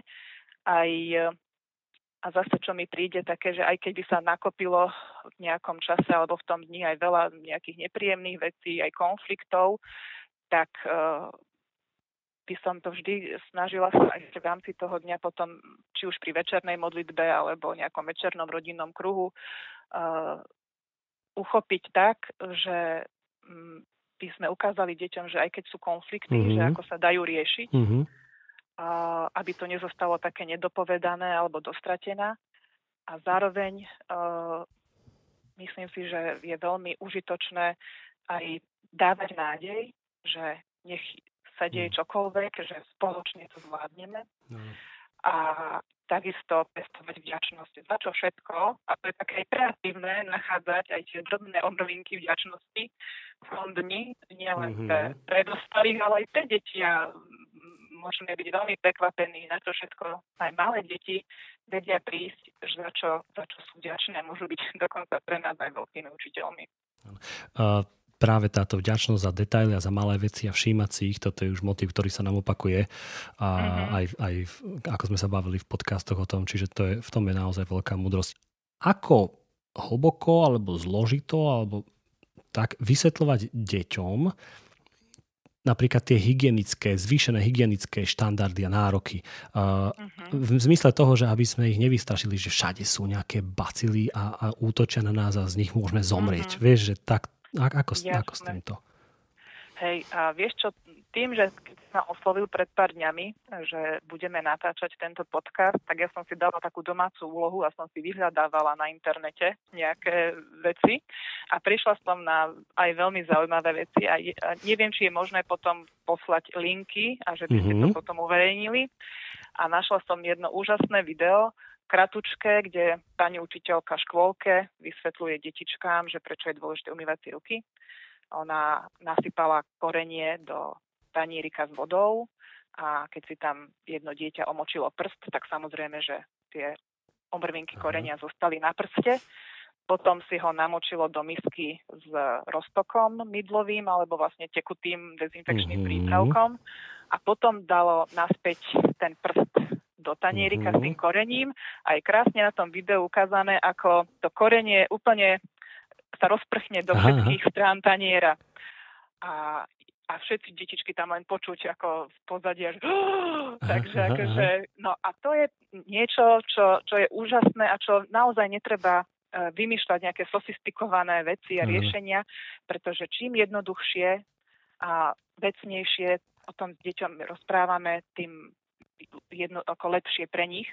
aj uh, a zase, čo mi príde také, že aj keď by sa nakopilo v nejakom čase alebo v tom dni aj veľa nejakých nepríjemných vecí, aj konfliktov, tak uh, by som to vždy snažila sa aj v rámci toho dňa potom, či už pri večernej modlitbe alebo nejakom večernom rodinnom kruhu, uh, uchopiť tak, že um, by sme ukázali deťom, že aj keď sú konflikty, mm-hmm. že ako sa dajú riešiť, mm-hmm. aby to nezostalo také nedopovedané alebo dostratená. A zároveň myslím si, že je veľmi užitočné aj dávať nádej, že nech sa deje čokoľvek, že spoločne to zvládneme. No. A takisto pestovať vďačnosť za čo všetko. A to je také kreatívne nachádzať aj tie drobné omrvinky vďačnosti v tom dni, nielen mm-hmm. pre, pre dospelých, ale aj pre deti. A môžeme byť veľmi prekvapení, na čo všetko aj malé deti vedia prísť, za čo, za čo sú vďačné. Môžu byť dokonca pre nás aj veľkými učiteľmi. Uh... Práve táto vďačnosť za detaily a za malé veci a všímať si ich, toto je už motív, ktorý sa nám opakuje a mm-hmm. aj, aj ako sme sa bavili v podcastoch o tom, čiže to je, v tom je naozaj veľká múdrosť. Ako hlboko alebo zložito alebo tak vysvetľovať deťom napríklad tie hygienické, zvýšené hygienické štandardy a nároky. Uh, mm-hmm. V zmysle toho, že aby sme ich nevystrašili, že všade sú nejaké bacily a, a útočia na nás a z nich môžeme zomrieť. Mm-hmm. Vieš, že tak A ako, ako s týmto? Hej, a vieš čo, tým, že keď ma oslovil pred pár dňami, že budeme natáčať tento podcast, tak ja som si dala takú domácu úlohu a som si vyhľadávala na internete nejaké veci a prišla som na aj veľmi zaujímavé veci a, je, a neviem, či je možné potom poslať linky a že by mm-hmm. si to potom uverejnili. A našla som jedno úžasné video, kratučké, kde pani učiteľka v škôlke vysvetľuje detičkám, že prečo je dôležité umývať si ruky. Ona nasypala korenie do tanírika s vodou a keď si tam jedno dieťa omočilo prst, tak samozrejme, že tie omrvinky korenia zostali na prste. Potom si ho namočilo do misky s roztokom mydlovým alebo vlastne tekutým dezinfekčným mm-hmm. prípravkom a potom dalo naspäť ten prst do tanierika mm-hmm. s tým korením a je krásne na tom videu ukázané, ako to korenie úplne sa rozprchne do všetkých aha. strán taniera. A, a všetci detičky tam len počuť ako v pozadí až takže aha, akože, no a to je niečo, čo, čo je úžasné a čo naozaj netreba vymýšľať nejaké sofistikované veci a aha. riešenia, pretože čím jednoduchšie a vecnejšie o tom s deťom rozprávame, tým jedno ako lepšie pre nich,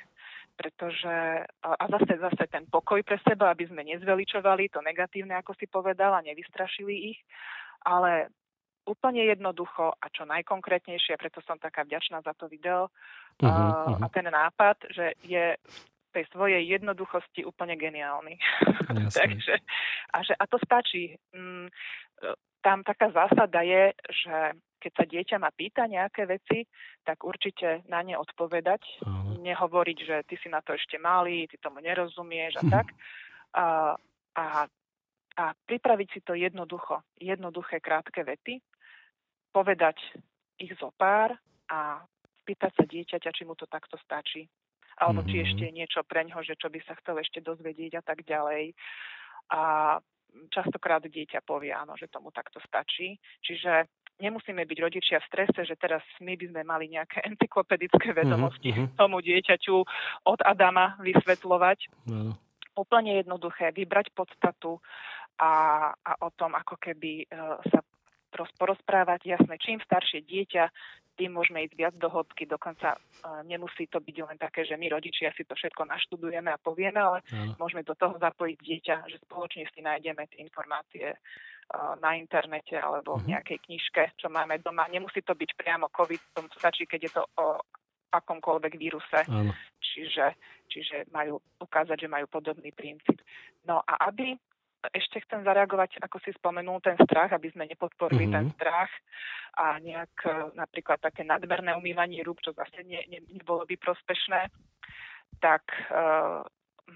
pretože a zase, zase ten pokoj pre seba, aby sme nezveličovali to negatívne, ako si povedal, a nevystrašili ich, ale úplne jednoducho a čo najkonkrétnejšie, preto som taká vďačná za to video uh-huh, uh, uh-huh. a ten nápad, že je v tej svojej jednoduchosti úplne geniálny. Takže, a, že, a to stačí. Mm, tam taká zásada je, že keď sa dieťa ma pýta nejaké veci, tak určite na ne odpovedať. Uh-huh. Nehovoriť, že ty si na to ešte malý, ty tomu nerozumieš a tak. A, a, a pripraviť si to jednoducho. Jednoduché, krátke vety. Povedať ich zo pár a spýtať sa dieťaťa, či mu to takto stačí. Alebo uh-huh. či ešte je niečo preňho, že čo by sa chcel ešte dozvedieť a tak ďalej. A častokrát dieťa povie áno, že tomu takto stačí. Čiže nemusíme byť rodičia v strese, že teraz my by sme mali nejaké encyklopedické vedomosti uh-huh. tomu dieťaťu od Adama vysvetľovať. Uh-huh. Úplne jednoduché, vybrať podstatu a, a o tom ako keby uh, sa porozprávať. Jasné, čím staršie dieťa, tým môžeme ísť viac do hĺbky, dokonca uh, nemusí to byť len také, že my rodičia si to všetko naštudujeme a povieme, ale uh-huh. môžeme do toho zapojiť dieťa, že spoločne si nájdeme tie informácie na internete alebo v nejakej knižke, čo máme doma. Nemusí to byť priamo COVID, tomu stačí, keď je to o akomkoľvek víruse. Áno. Čiže, čiže majú ukázať, že majú podobný princíp. No a aby, ešte chcem zareagovať, ako si spomenul, ten strach, aby sme nepodporili uh-huh. ten strach a nejak napríklad také nadmerné umývanie rúk, čo zase ne, ne, nebolo by prospešné, tak uh,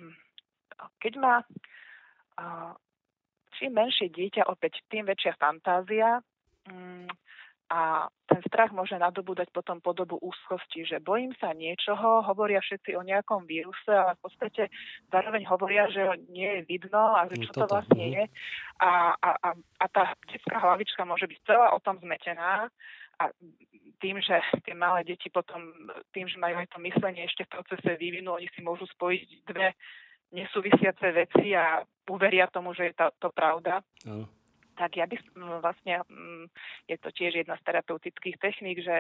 keď má uh, čím menšie dieťa, opäť tým väčšia fantázia mm, a ten strach môže nadobúdať potom podobu úzkosti, že bojím sa niečoho, hovoria všetci o nejakom víruse, ale v podstate zároveň hovoria, že ho nie je vidno a že čo to vlastne je. A, a, a, a tá detská hlavička môže byť celá o tom zmetená a tým, že tie malé deti potom, tým, že majú aj to myslenie ešte v procese vývinu, oni si môžu spojiť dve nesúvisiace veci a uveria tomu, že je to, to pravda. Uh. Tak ja by vlastne, je to tiež jedna z terapeutických techník, že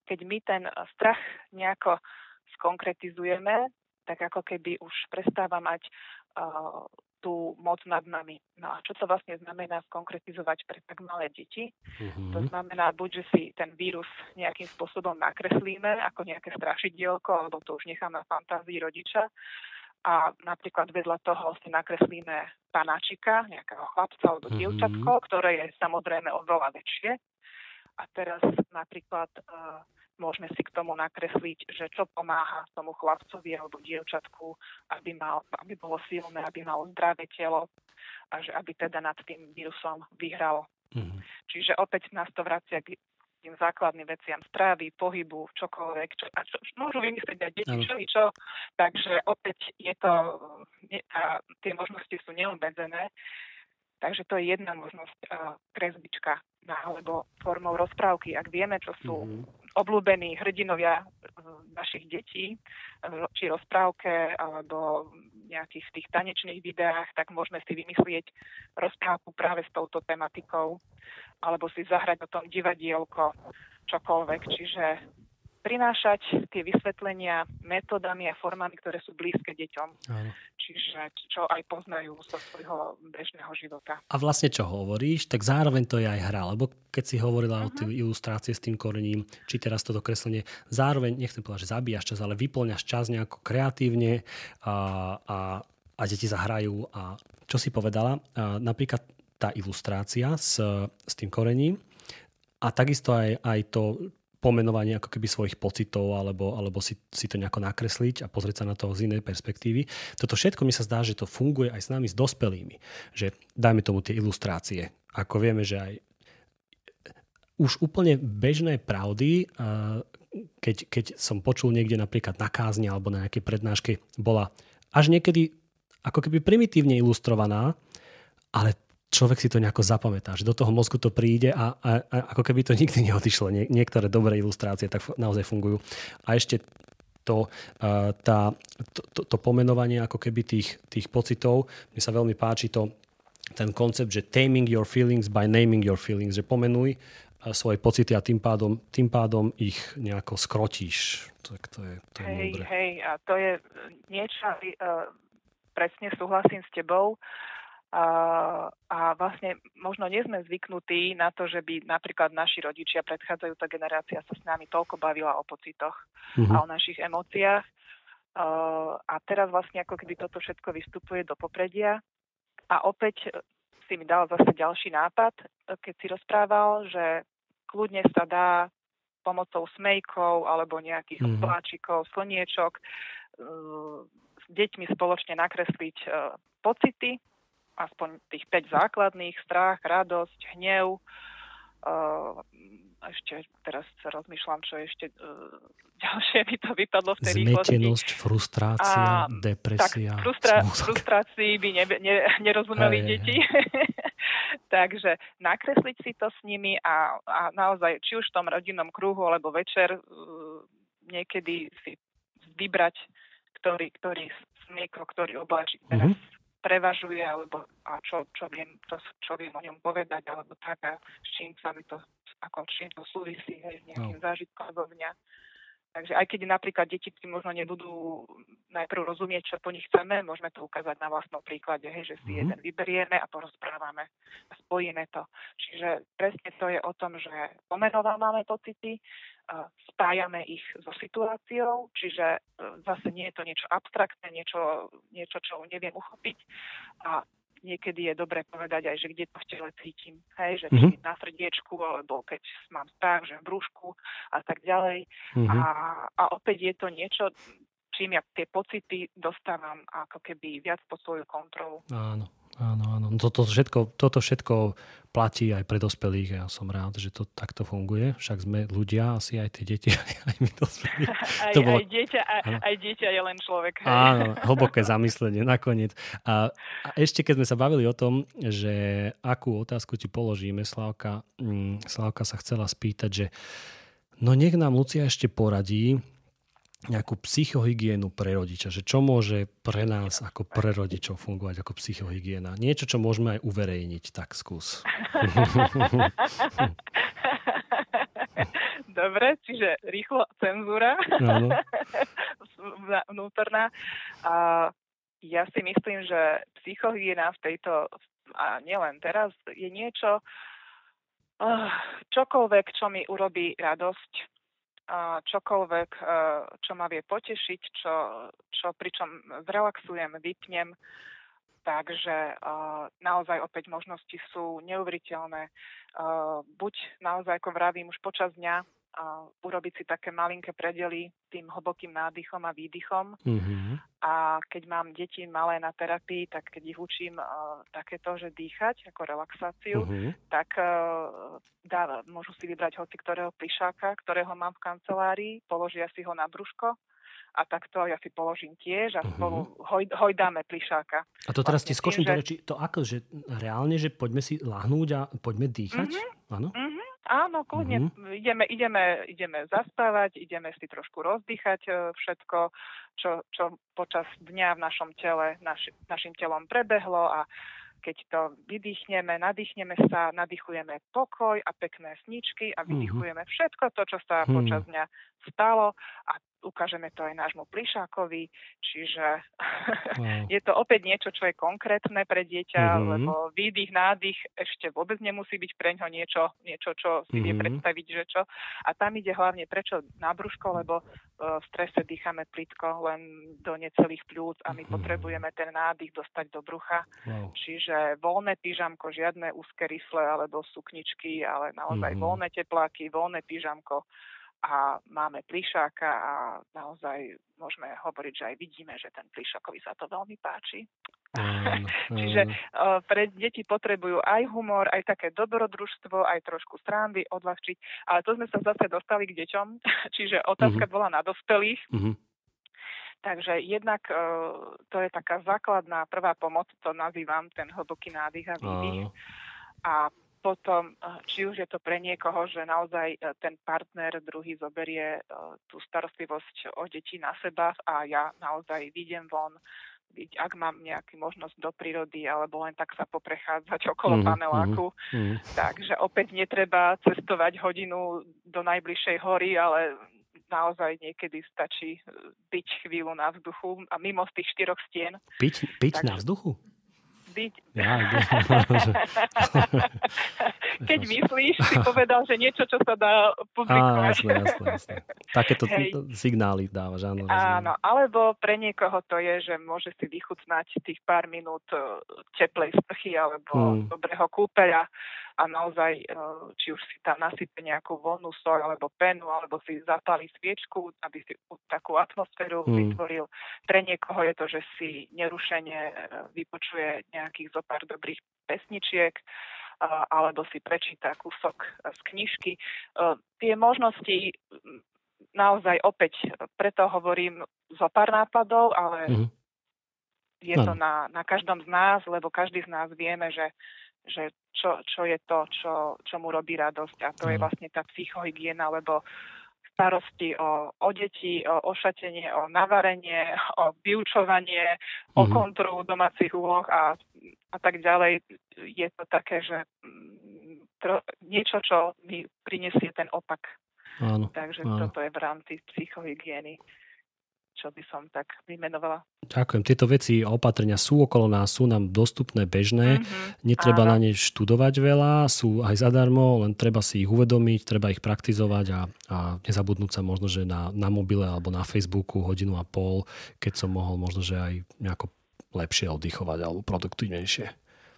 keď my ten strach nejako skonkretizujeme, tak ako keby už prestáva mať uh, tú moc nad nami. No a čo to vlastne znamená skonkretizovať pre tak malé deti? Mm-hmm. To znamená, buď, že si ten vírus nejakým spôsobom nakreslíme, ako nejaké strašidielko, alebo to už nechám na fantázii rodiča. A napríklad vedľa toho si nakreslíme panáčika, nejakého chlapca alebo mm-hmm. dievčatko, ktoré je samozrejme oveľa väčšie. A teraz napríklad uh, môžeme si k tomu nakresliť, že čo pomáha tomu chlapcovi alebo dievčatku, aby, mal, aby bolo silné, aby malo zdravé telo a že aby teda nad tým vírusom vyhralo. Mm-hmm. Čiže opäť nás to vracia k tým základným veciam strávy, pohybu, čokoľvek. Čo, a čo, môžu vymyslieť aj deti, čo čo. Takže opäť je to, je, a tie možnosti sú neobmedzené. Takže to je jedna možnosť uh, kresbička alebo formou rozprávky. Ak vieme, čo sú mm-hmm. obľúbení hrdinovia uh, našich detí, uh, či rozprávke alebo nejakých tých tanečných videách, tak môžeme si vymyslieť rozprávku práve s touto tematikou alebo si zahrať o tom divadielko, čokoľvek. Čiže prinášať tie vysvetlenia metódami a formami, ktoré sú blízke deťom. Áno. Čiže čo aj poznajú zo svojho bežného života. A vlastne čo hovoríš, tak zároveň to je aj hra, lebo keď si hovorila uh-huh. o tej ilustrácie s tým korením, či teraz toto kreslenie, zároveň, nechcem povedať, že zabíjaš čas, ale vyplňaš čas nejako kreatívne a, a, a deti zahrajú. A čo si povedala, a napríklad tá ilustrácia s, s tým korením a takisto aj, aj to pomenovanie ako keby svojich pocitov alebo, alebo si, si to nejako nakresliť a pozrieť sa na to z inej perspektívy. Toto všetko mi sa zdá, že to funguje aj s nami, s dospelými. Že dajme tomu tie ilustrácie. Ako vieme, že aj už úplne bežné pravdy, keď, keď som počul niekde napríklad na kázni alebo na nejakej prednáške, bola až niekedy ako keby primitívne ilustrovaná, ale človek si to nejako zapamätá, že do toho mozgu to príde a, a, a ako keby to nikdy neodišlo. Nie, niektoré dobré ilustrácie tak naozaj fungujú. A ešte to, tá, to, to, to pomenovanie ako keby tých, tých pocitov, mne sa veľmi páči to, ten koncept, že taming your feelings by naming your feelings, že pomenuj svoje pocity a tým pádom, tým pádom ich nejako skrotíš. Tak to je, to je hej, múdre. Hej, a to je niečo, uh, presne súhlasím s tebou. Uh, a vlastne možno nie sme zvyknutí na to, že by napríklad naši rodičia, predchádzajúca generácia sa s nami toľko bavila o pocitoch mm-hmm. a o našich emóciách. Uh, a teraz vlastne ako keby toto všetko vystupuje do popredia. A opäť si mi dal zase ďalší nápad, keď si rozprával, že kľudne sa dá pomocou smejkov alebo nejakých mm-hmm. obláčikov, slniečok uh, s deťmi spoločne nakresliť uh, pocity, aspoň tých päť základných, strach, radosť, hnev. Uh, ešte teraz sa rozmýšľam, čo ešte uh, ďalšie by to vypadlo v tej rýchlosti. Zmetenosť, frustrácia, a, depresia. Tak frustra- frustrácii by ne, ne, nerozumeli aj, deti. Aj, aj. Takže nakresliť si to s nimi a, a naozaj, či už v tom rodinnom kruhu, alebo večer uh, niekedy si vybrať, ktorý, ktorý smejko, ktorý obláčik teraz uh-huh. prevažuje, alebo a čo, čo, viem, to, čo viem o ňom povedať, alebo tak, a s čím sa mi to, ako čím to súvisí, hej, s nejakým no. zážitkom zo mňa. Takže aj keď napríklad deti si možno nebudú najprv rozumieť, čo po nich chceme, môžeme to ukázať na vlastnom príklade, hej, že si mm-hmm. jeden vyberieme a porozprávame a spojíme to. Čiže presne to je o tom, že pomenovávame pocity, spájame ich so situáciou, čiže zase nie je to niečo abstraktné, niečo, niečo čo neviem uchopiť a niekedy je dobré povedať aj, že kde to v tele cítim, hej, že mm-hmm. na srdiečku, alebo keď mám strach, že v brúšku a tak ďalej. Mm-hmm. A, a opäť je to niečo, čím ja tie pocity dostávam ako keby viac pod svoju kontrolu. Áno. Áno, áno. Toto všetko, toto všetko platí aj pre dospelých. Ja som rád, že to takto funguje. Však sme ľudia, asi aj tie deti, aj, aj my dospelí. Aj, bolo... aj, dieťa, aj, aj dieťa je len človek. Hej. Áno, hlboké zamyslenie nakoniec. A, a ešte keď sme sa bavili o tom, že akú otázku ti položíme, Slávka, hm, Slávka sa chcela spýtať, že no nech nám Lucia ešte poradí nejakú psychohygienu pre rodiča, že čo môže pre nás ako pre rodičov fungovať ako psychohygiena. Niečo, čo môžeme aj uverejniť, tak skús. Do, Dobre, čiže rýchlo cenzúra vnútorná. A ja si myslím, že psychohygiena v tejto, a nielen teraz, je niečo, čokoľvek, čo mi urobí radosť, čokoľvek, čo ma vie potešiť, čo, čo pričom zrelaxujem, vypnem. Takže uh, naozaj opäť možnosti sú neuveriteľné. Uh, buď naozaj, ako vravím, už počas dňa uh, urobiť si také malinké predely tým hlbokým nádychom a výdychom. Mm-hmm. A keď mám deti malé na terapii, tak keď ich učím uh, takéto, že dýchať ako relaxáciu, mm-hmm. tak uh, dá, môžu si vybrať hoci ktorého plišáka, ktorého mám v kancelárii, položia si ho na brúško. A takto ja si položím tiež a spolu uh-huh. hoj, hojdáme plišáka. A to teraz ti skočím do reči, to ako, že reálne, že poďme si lahnúť a poďme dýchať? Uh-huh. Áno? Uh-huh. Áno, kľudne. Uh-huh. Ideme, ideme, ideme zaspávať, ideme si trošku rozdýchať všetko, čo, čo počas dňa v našom tele, naš, našim telom prebehlo a keď to vydýchneme, nadýchneme sa, nadýchujeme pokoj a pekné sničky a vydýchujeme všetko to, čo sa uh-huh. počas dňa stalo a ukážeme to aj nášmu plišákovi, čiže wow. je to opäť niečo, čo je konkrétne pre dieťa, uh-huh. lebo výdych, nádych ešte vôbec nemusí byť pre ňo niečo, niečo čo si uh-huh. vie predstaviť, že čo. A tam ide hlavne prečo na brúško, lebo uh, v strese dýchame plitko len do necelých pľúc a my uh-huh. potrebujeme ten nádych dostať do brucha. Wow. Čiže voľné pyžamko, žiadne úzke rifle alebo sukničky, ale naozaj uh-huh. voľné tepláky, voľné pyžamko. A máme plišáka a naozaj môžeme hovoriť, že aj vidíme, že ten plišákovi sa to veľmi páči. Mm, Čiže uh, pre deti potrebujú aj humor, aj také dobrodružstvo, aj trošku srandy, odľahčiť. Ale to sme sa zase dostali k deťom, čiže otázka mm-hmm. bola na dospelých. Mm-hmm. Takže jednak uh, to je taká základná prvá pomoc, to nazývam ten hlboký nádych a výdych. Mm. A potom, či už je to pre niekoho, že naozaj ten partner druhý zoberie tú starostlivosť o deti na seba a ja naozaj vyjdem von, ak mám nejakú možnosť do prírody alebo len tak sa poprechádzať okolo mm, paneláku. Mm, mm. Takže opäť netreba cestovať hodinu do najbližšej hory, ale naozaj niekedy stačí byť chvíľu na vzduchu a mimo z tých štyroch stien. Piť, piť Takže... na vzduchu? Byť. Ja, Keď myslíš, si povedal, že niečo, čo sa dá publikovať. Á, jasné, jasné, jasné. Takéto Hej. signály dávaš, áno. Áno, alebo pre niekoho to je, že môže si vychutnať tých pár minút teplej sprchy alebo hmm. dobrého kúpeľa a naozaj, či už si tam nasype nejakú voľnú soľ alebo penu, alebo si zapáli sviečku, aby si takú atmosféru hmm. vytvoril. Pre niekoho je to, že si nerušene vypočuje nejakých zopár dobrých pesničiek, alebo si prečíta kúsok z knižky. Tie možnosti naozaj opäť, preto hovorím zo pár nápadov, ale mm-hmm. je to na, na každom z nás, lebo každý z nás vieme, že, že čo, čo je to, čo, čo mu robí radosť a to mm. je vlastne tá psychohygiena, lebo starosti o, o deti, o ošatenie, o navarenie, o vyučovanie, mm-hmm. o kontrolu domácich úloh a, a tak ďalej. Je to také, že tro, niečo, čo mi prinesie ten opak. Áno, Takže áno. toto je v rámci psychohygieny, čo by som tak vymenovala. Ďakujem. Tieto veci a opatrenia sú okolo nás, sú nám dostupné, bežné. Mm-hmm. Netreba Áno. na ne študovať veľa, sú aj zadarmo, len treba si ich uvedomiť, treba ich praktizovať a, a nezabudnúť sa možno, že na, na mobile alebo na Facebooku hodinu a pol, keď som mohol možno, že aj nejako lepšie oddychovať alebo produktívnejšie.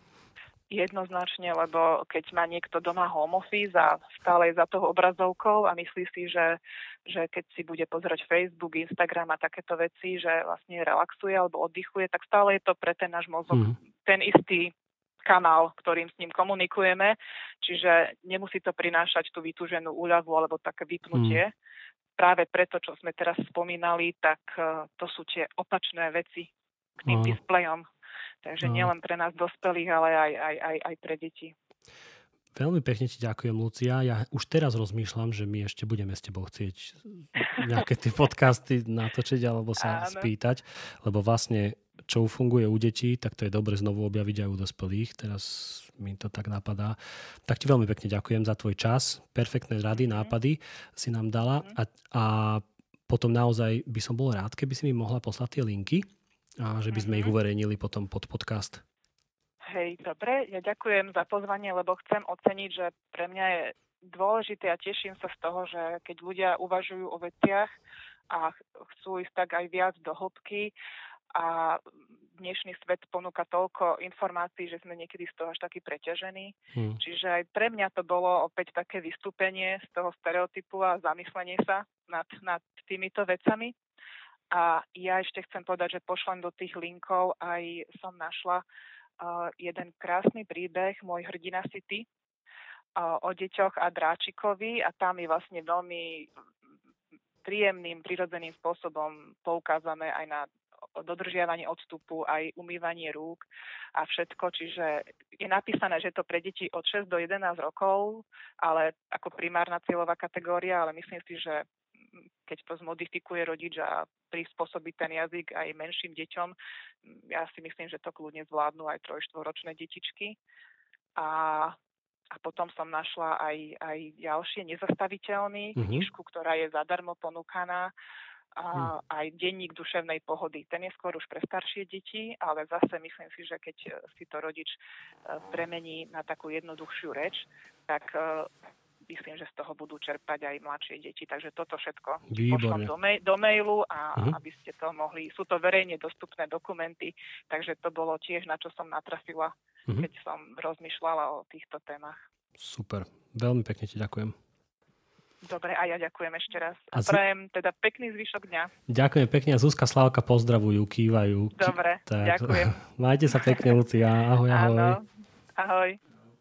Jednoznačne, lebo keď má niekto doma home office a stále je za toho obrazovkou a myslí si, že, že keď si bude pozerať Facebook, Instagram a takéto veci, že vlastne relaxuje alebo oddychuje, tak stále je to pre ten náš mozog mm. ten istý kanál, ktorým s ním komunikujeme. Čiže nemusí to prinášať tú vytúženú úľavu alebo také vypnutie. Mm. Práve preto, čo sme teraz spomínali, tak to sú tie opačné veci k tým mm. displejom. Takže no. nielen pre nás dospelých, ale aj, aj, aj, aj pre deti. Veľmi pekne ti ďakujem, Lucia. Ja už teraz rozmýšľam, že my ešte budeme s tebou chcieť nejaké tie podcasty natočiť alebo sa Áno. spýtať, lebo vlastne čo funguje u detí, tak to je dobre znovu objaviť aj u dospelých. Teraz mi to tak napadá. Tak ti veľmi pekne ďakujem za tvoj čas. Perfektné rady, nápady si nám dala. A, a potom naozaj by som bol rád, keby si mi mohla poslať tie linky a že by sme ich uverejnili potom pod podcast. Hej, dobre. Ja ďakujem za pozvanie, lebo chcem oceniť, že pre mňa je dôležité a teším sa z toho, že keď ľudia uvažujú o veciach a chcú ísť tak aj viac do hĺbky, a dnešný svet ponúka toľko informácií, že sme niekedy z toho až taký preťažení. Hmm. Čiže aj pre mňa to bolo opäť také vystúpenie z toho stereotypu a zamyslenie sa nad, nad týmito vecami. A ja ešte chcem povedať, že pošlem do tých linkov, aj som našla uh, jeden krásny príbeh, Môj hrdina si ty, uh, o deťoch a dráčikovi, a tam je vlastne veľmi príjemným, prirodzeným spôsobom poukázané aj na dodržiavanie odstupu, aj umývanie rúk a všetko. Čiže je napísané, že je to pre deti od šesť do jedenásť rokov, ale ako primárna cieľová kategória, ale myslím si, že keď to zmodifikuje rodič a prispôsobí ten jazyk aj menším deťom, ja si myslím, že to kľudne zvládnu aj troj štvoročné detičky. A, a potom som našla aj, aj ďalšie Nezastaviteľný, mm-hmm. knižku, ktorá je zadarmo ponúkaná, a aj denník duševnej pohody. Ten je skôr už pre staršie deti, ale zase myslím si, že keď si to rodič premení na takú jednoduchšiu reč, tak myslím, že z toho budú čerpať aj mladšie deti. Takže toto všetko pošlom do, ma- do mailu a uh-huh. aby ste to mohli. Sú to verejne dostupné dokumenty, takže to bolo tiež, na čo som natrafila, uh-huh. keď som rozmýšľala o týchto témach. Super. Veľmi pekne ti ďakujem. Dobre, a ja ďakujem ešte raz. A prajem teda pekný zvyšok dňa. Ďakujem pekne. A Zuzka, Slávka pozdravujú, kývajú. Dobre, tak. Ďakujem. Majte sa pekne, Lucia. Ahoj, ahoj. Áno, ahoj.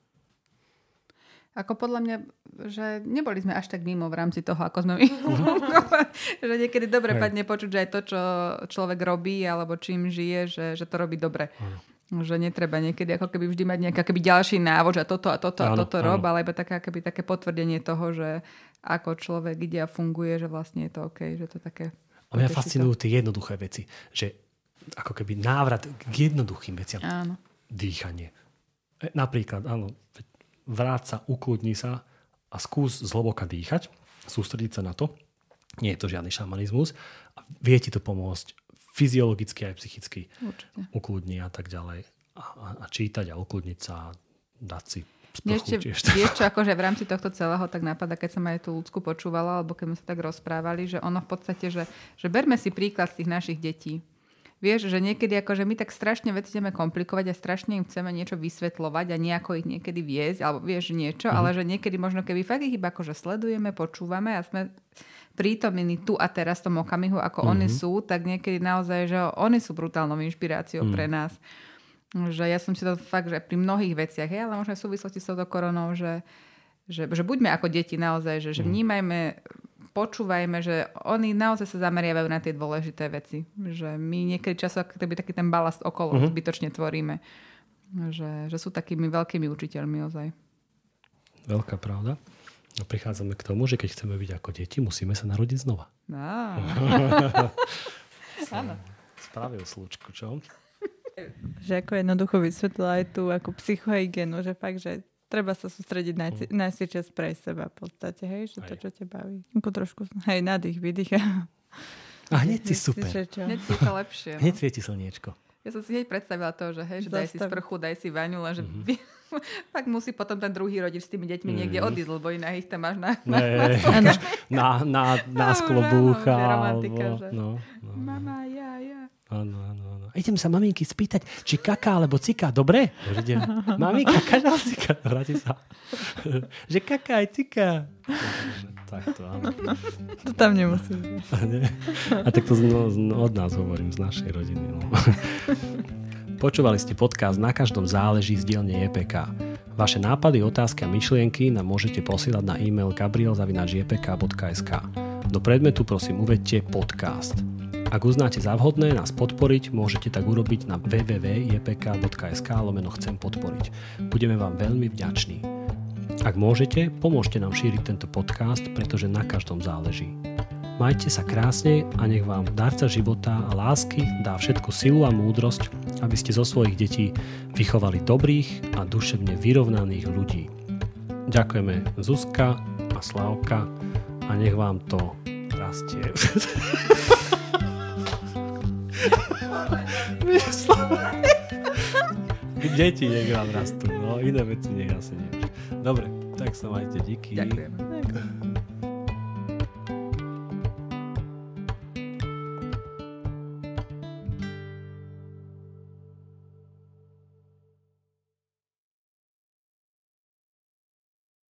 Ako podľa mňa, že neboli sme až tak mimo v rámci toho, ako sme my fungovali. Že niekedy dobre Hej. padne počuť, že aj to, čo človek robí, alebo čím žije, že, že to robí dobre. Áno. Že netreba niekedy ako keby vždy mať nejaký keby ďalší návod, že toto a toto a áno, toto áno. rob, ale iba také, keby také potvrdenie toho, že ako človek ide a funguje, že vlastne je to OK, že to také... A mňa fascinujú to. Tie jednoduché veci, že ako keby návrat k jednoduchým veciam. Áno. Dýchanie. Napríklad, áno, vráť sa, ukludni sa a skús zhlboka dýchať, sústrediť sa na to. Nie je to žiadny šamanizmus. A vie ti to pomôcť fyziologicky aj psychicky. Určite. Ukludni a tak ďalej. A, a, a čítať a ukludniť sa a dať si Ešte, vieš čo, akože v rámci tohto celého tak napadá, keď som aj tú Ľudsku počúvala, alebo keď sme sa tak rozprávali, že ono v podstate, že, že berme si príklad z tých našich detí. Vieš, že niekedy akože my tak strašne veci ideme komplikovať a strašne im chceme niečo vysvetľovať a nejako ich niekedy viesť, alebo vieš niečo, mm-hmm. ale že niekedy možno keby fakt ich iba akože sledujeme, počúvame a sme prítomní tu a teraz v tom okamihu, ako mm-hmm. oni sú, tak niekedy naozaj, že oni sú brutálnou inšpiráciou mm. pre nás. Že ja som si to fakt, že pri mnohých veciach, je, ale možno v súvislosti s touto koronou, že, že, že buďme ako deti naozaj, že, že vnímajme, počúvajme, že oni naozaj sa zameriavajú na tie dôležité veci. Že my niekedy často taký ten balast okolo mm-hmm. zbytočne tvoríme. Že, že sú takými veľkými učiteľmi ozaj. Veľká pravda. A prichádzame k tomu, že keď chceme byť ako deti, musíme sa narodiť znova. Áno. Spravil slučku, čo? Že ako jednoducho vysvetlila aj tú ako psychohygienu, že fakt, že treba sa sústrediť na, na si čas pre seba v podstate, hej, že to, čo ťa baví. Ako trošku, hej, nádych, výdych. A hneď si super. Hneď si to lepšie. Hneď svieti slniečko. Ja som si hneď predstavila to, že hej, že daj si sprchu, daj si vaňu, len že mm-hmm. tak musí potom ten druhý rodič s tými deťmi mm-hmm. niekde odísť, lebo inak ich tam máš na na, na, na, na, na sklobúcha. Romantika, že no, no, mama, ja, ja. Áno, áno, áno. Idem sa maminky spýtať, či kaká alebo cika, dobre? Idem, mami, kakáš alebo cika? Vráti sa. Že kaká aj cika. Tak to áno. To tam nemusí byť. A tak to no, od nás hovorím, z našej rodiny. No. Počúvali ste podcast Na každom záleží z dielne jé pé ká. Vaše nápady, otázky a myšlienky nám môžete posielať na e-mail gabriel zavináč jé pé ká bodka es ká. Do predmetu prosím uvedte podcast. Ak uznáte za vhodné nás podporiť, môžete tak urobiť na w w w bodka j p k bodka es ká lomeno chcem podporiť. Budeme vám veľmi vďační. Ak môžete, pomôžte nám šíriť tento podcast, pretože na každom záleží. Majte sa krásne a nech vám darca života a lásky dá všetku silu a múdrosť, aby ste zo svojich detí vychovali dobrých a duševne vyrovnaných ľudí. Ďakujeme Zuzka a Slavka a nech vám to rastie. Deti nech vám rastú, no iné veci nech asi nie. Dobre, tak sa majte, díky. Ďakujem.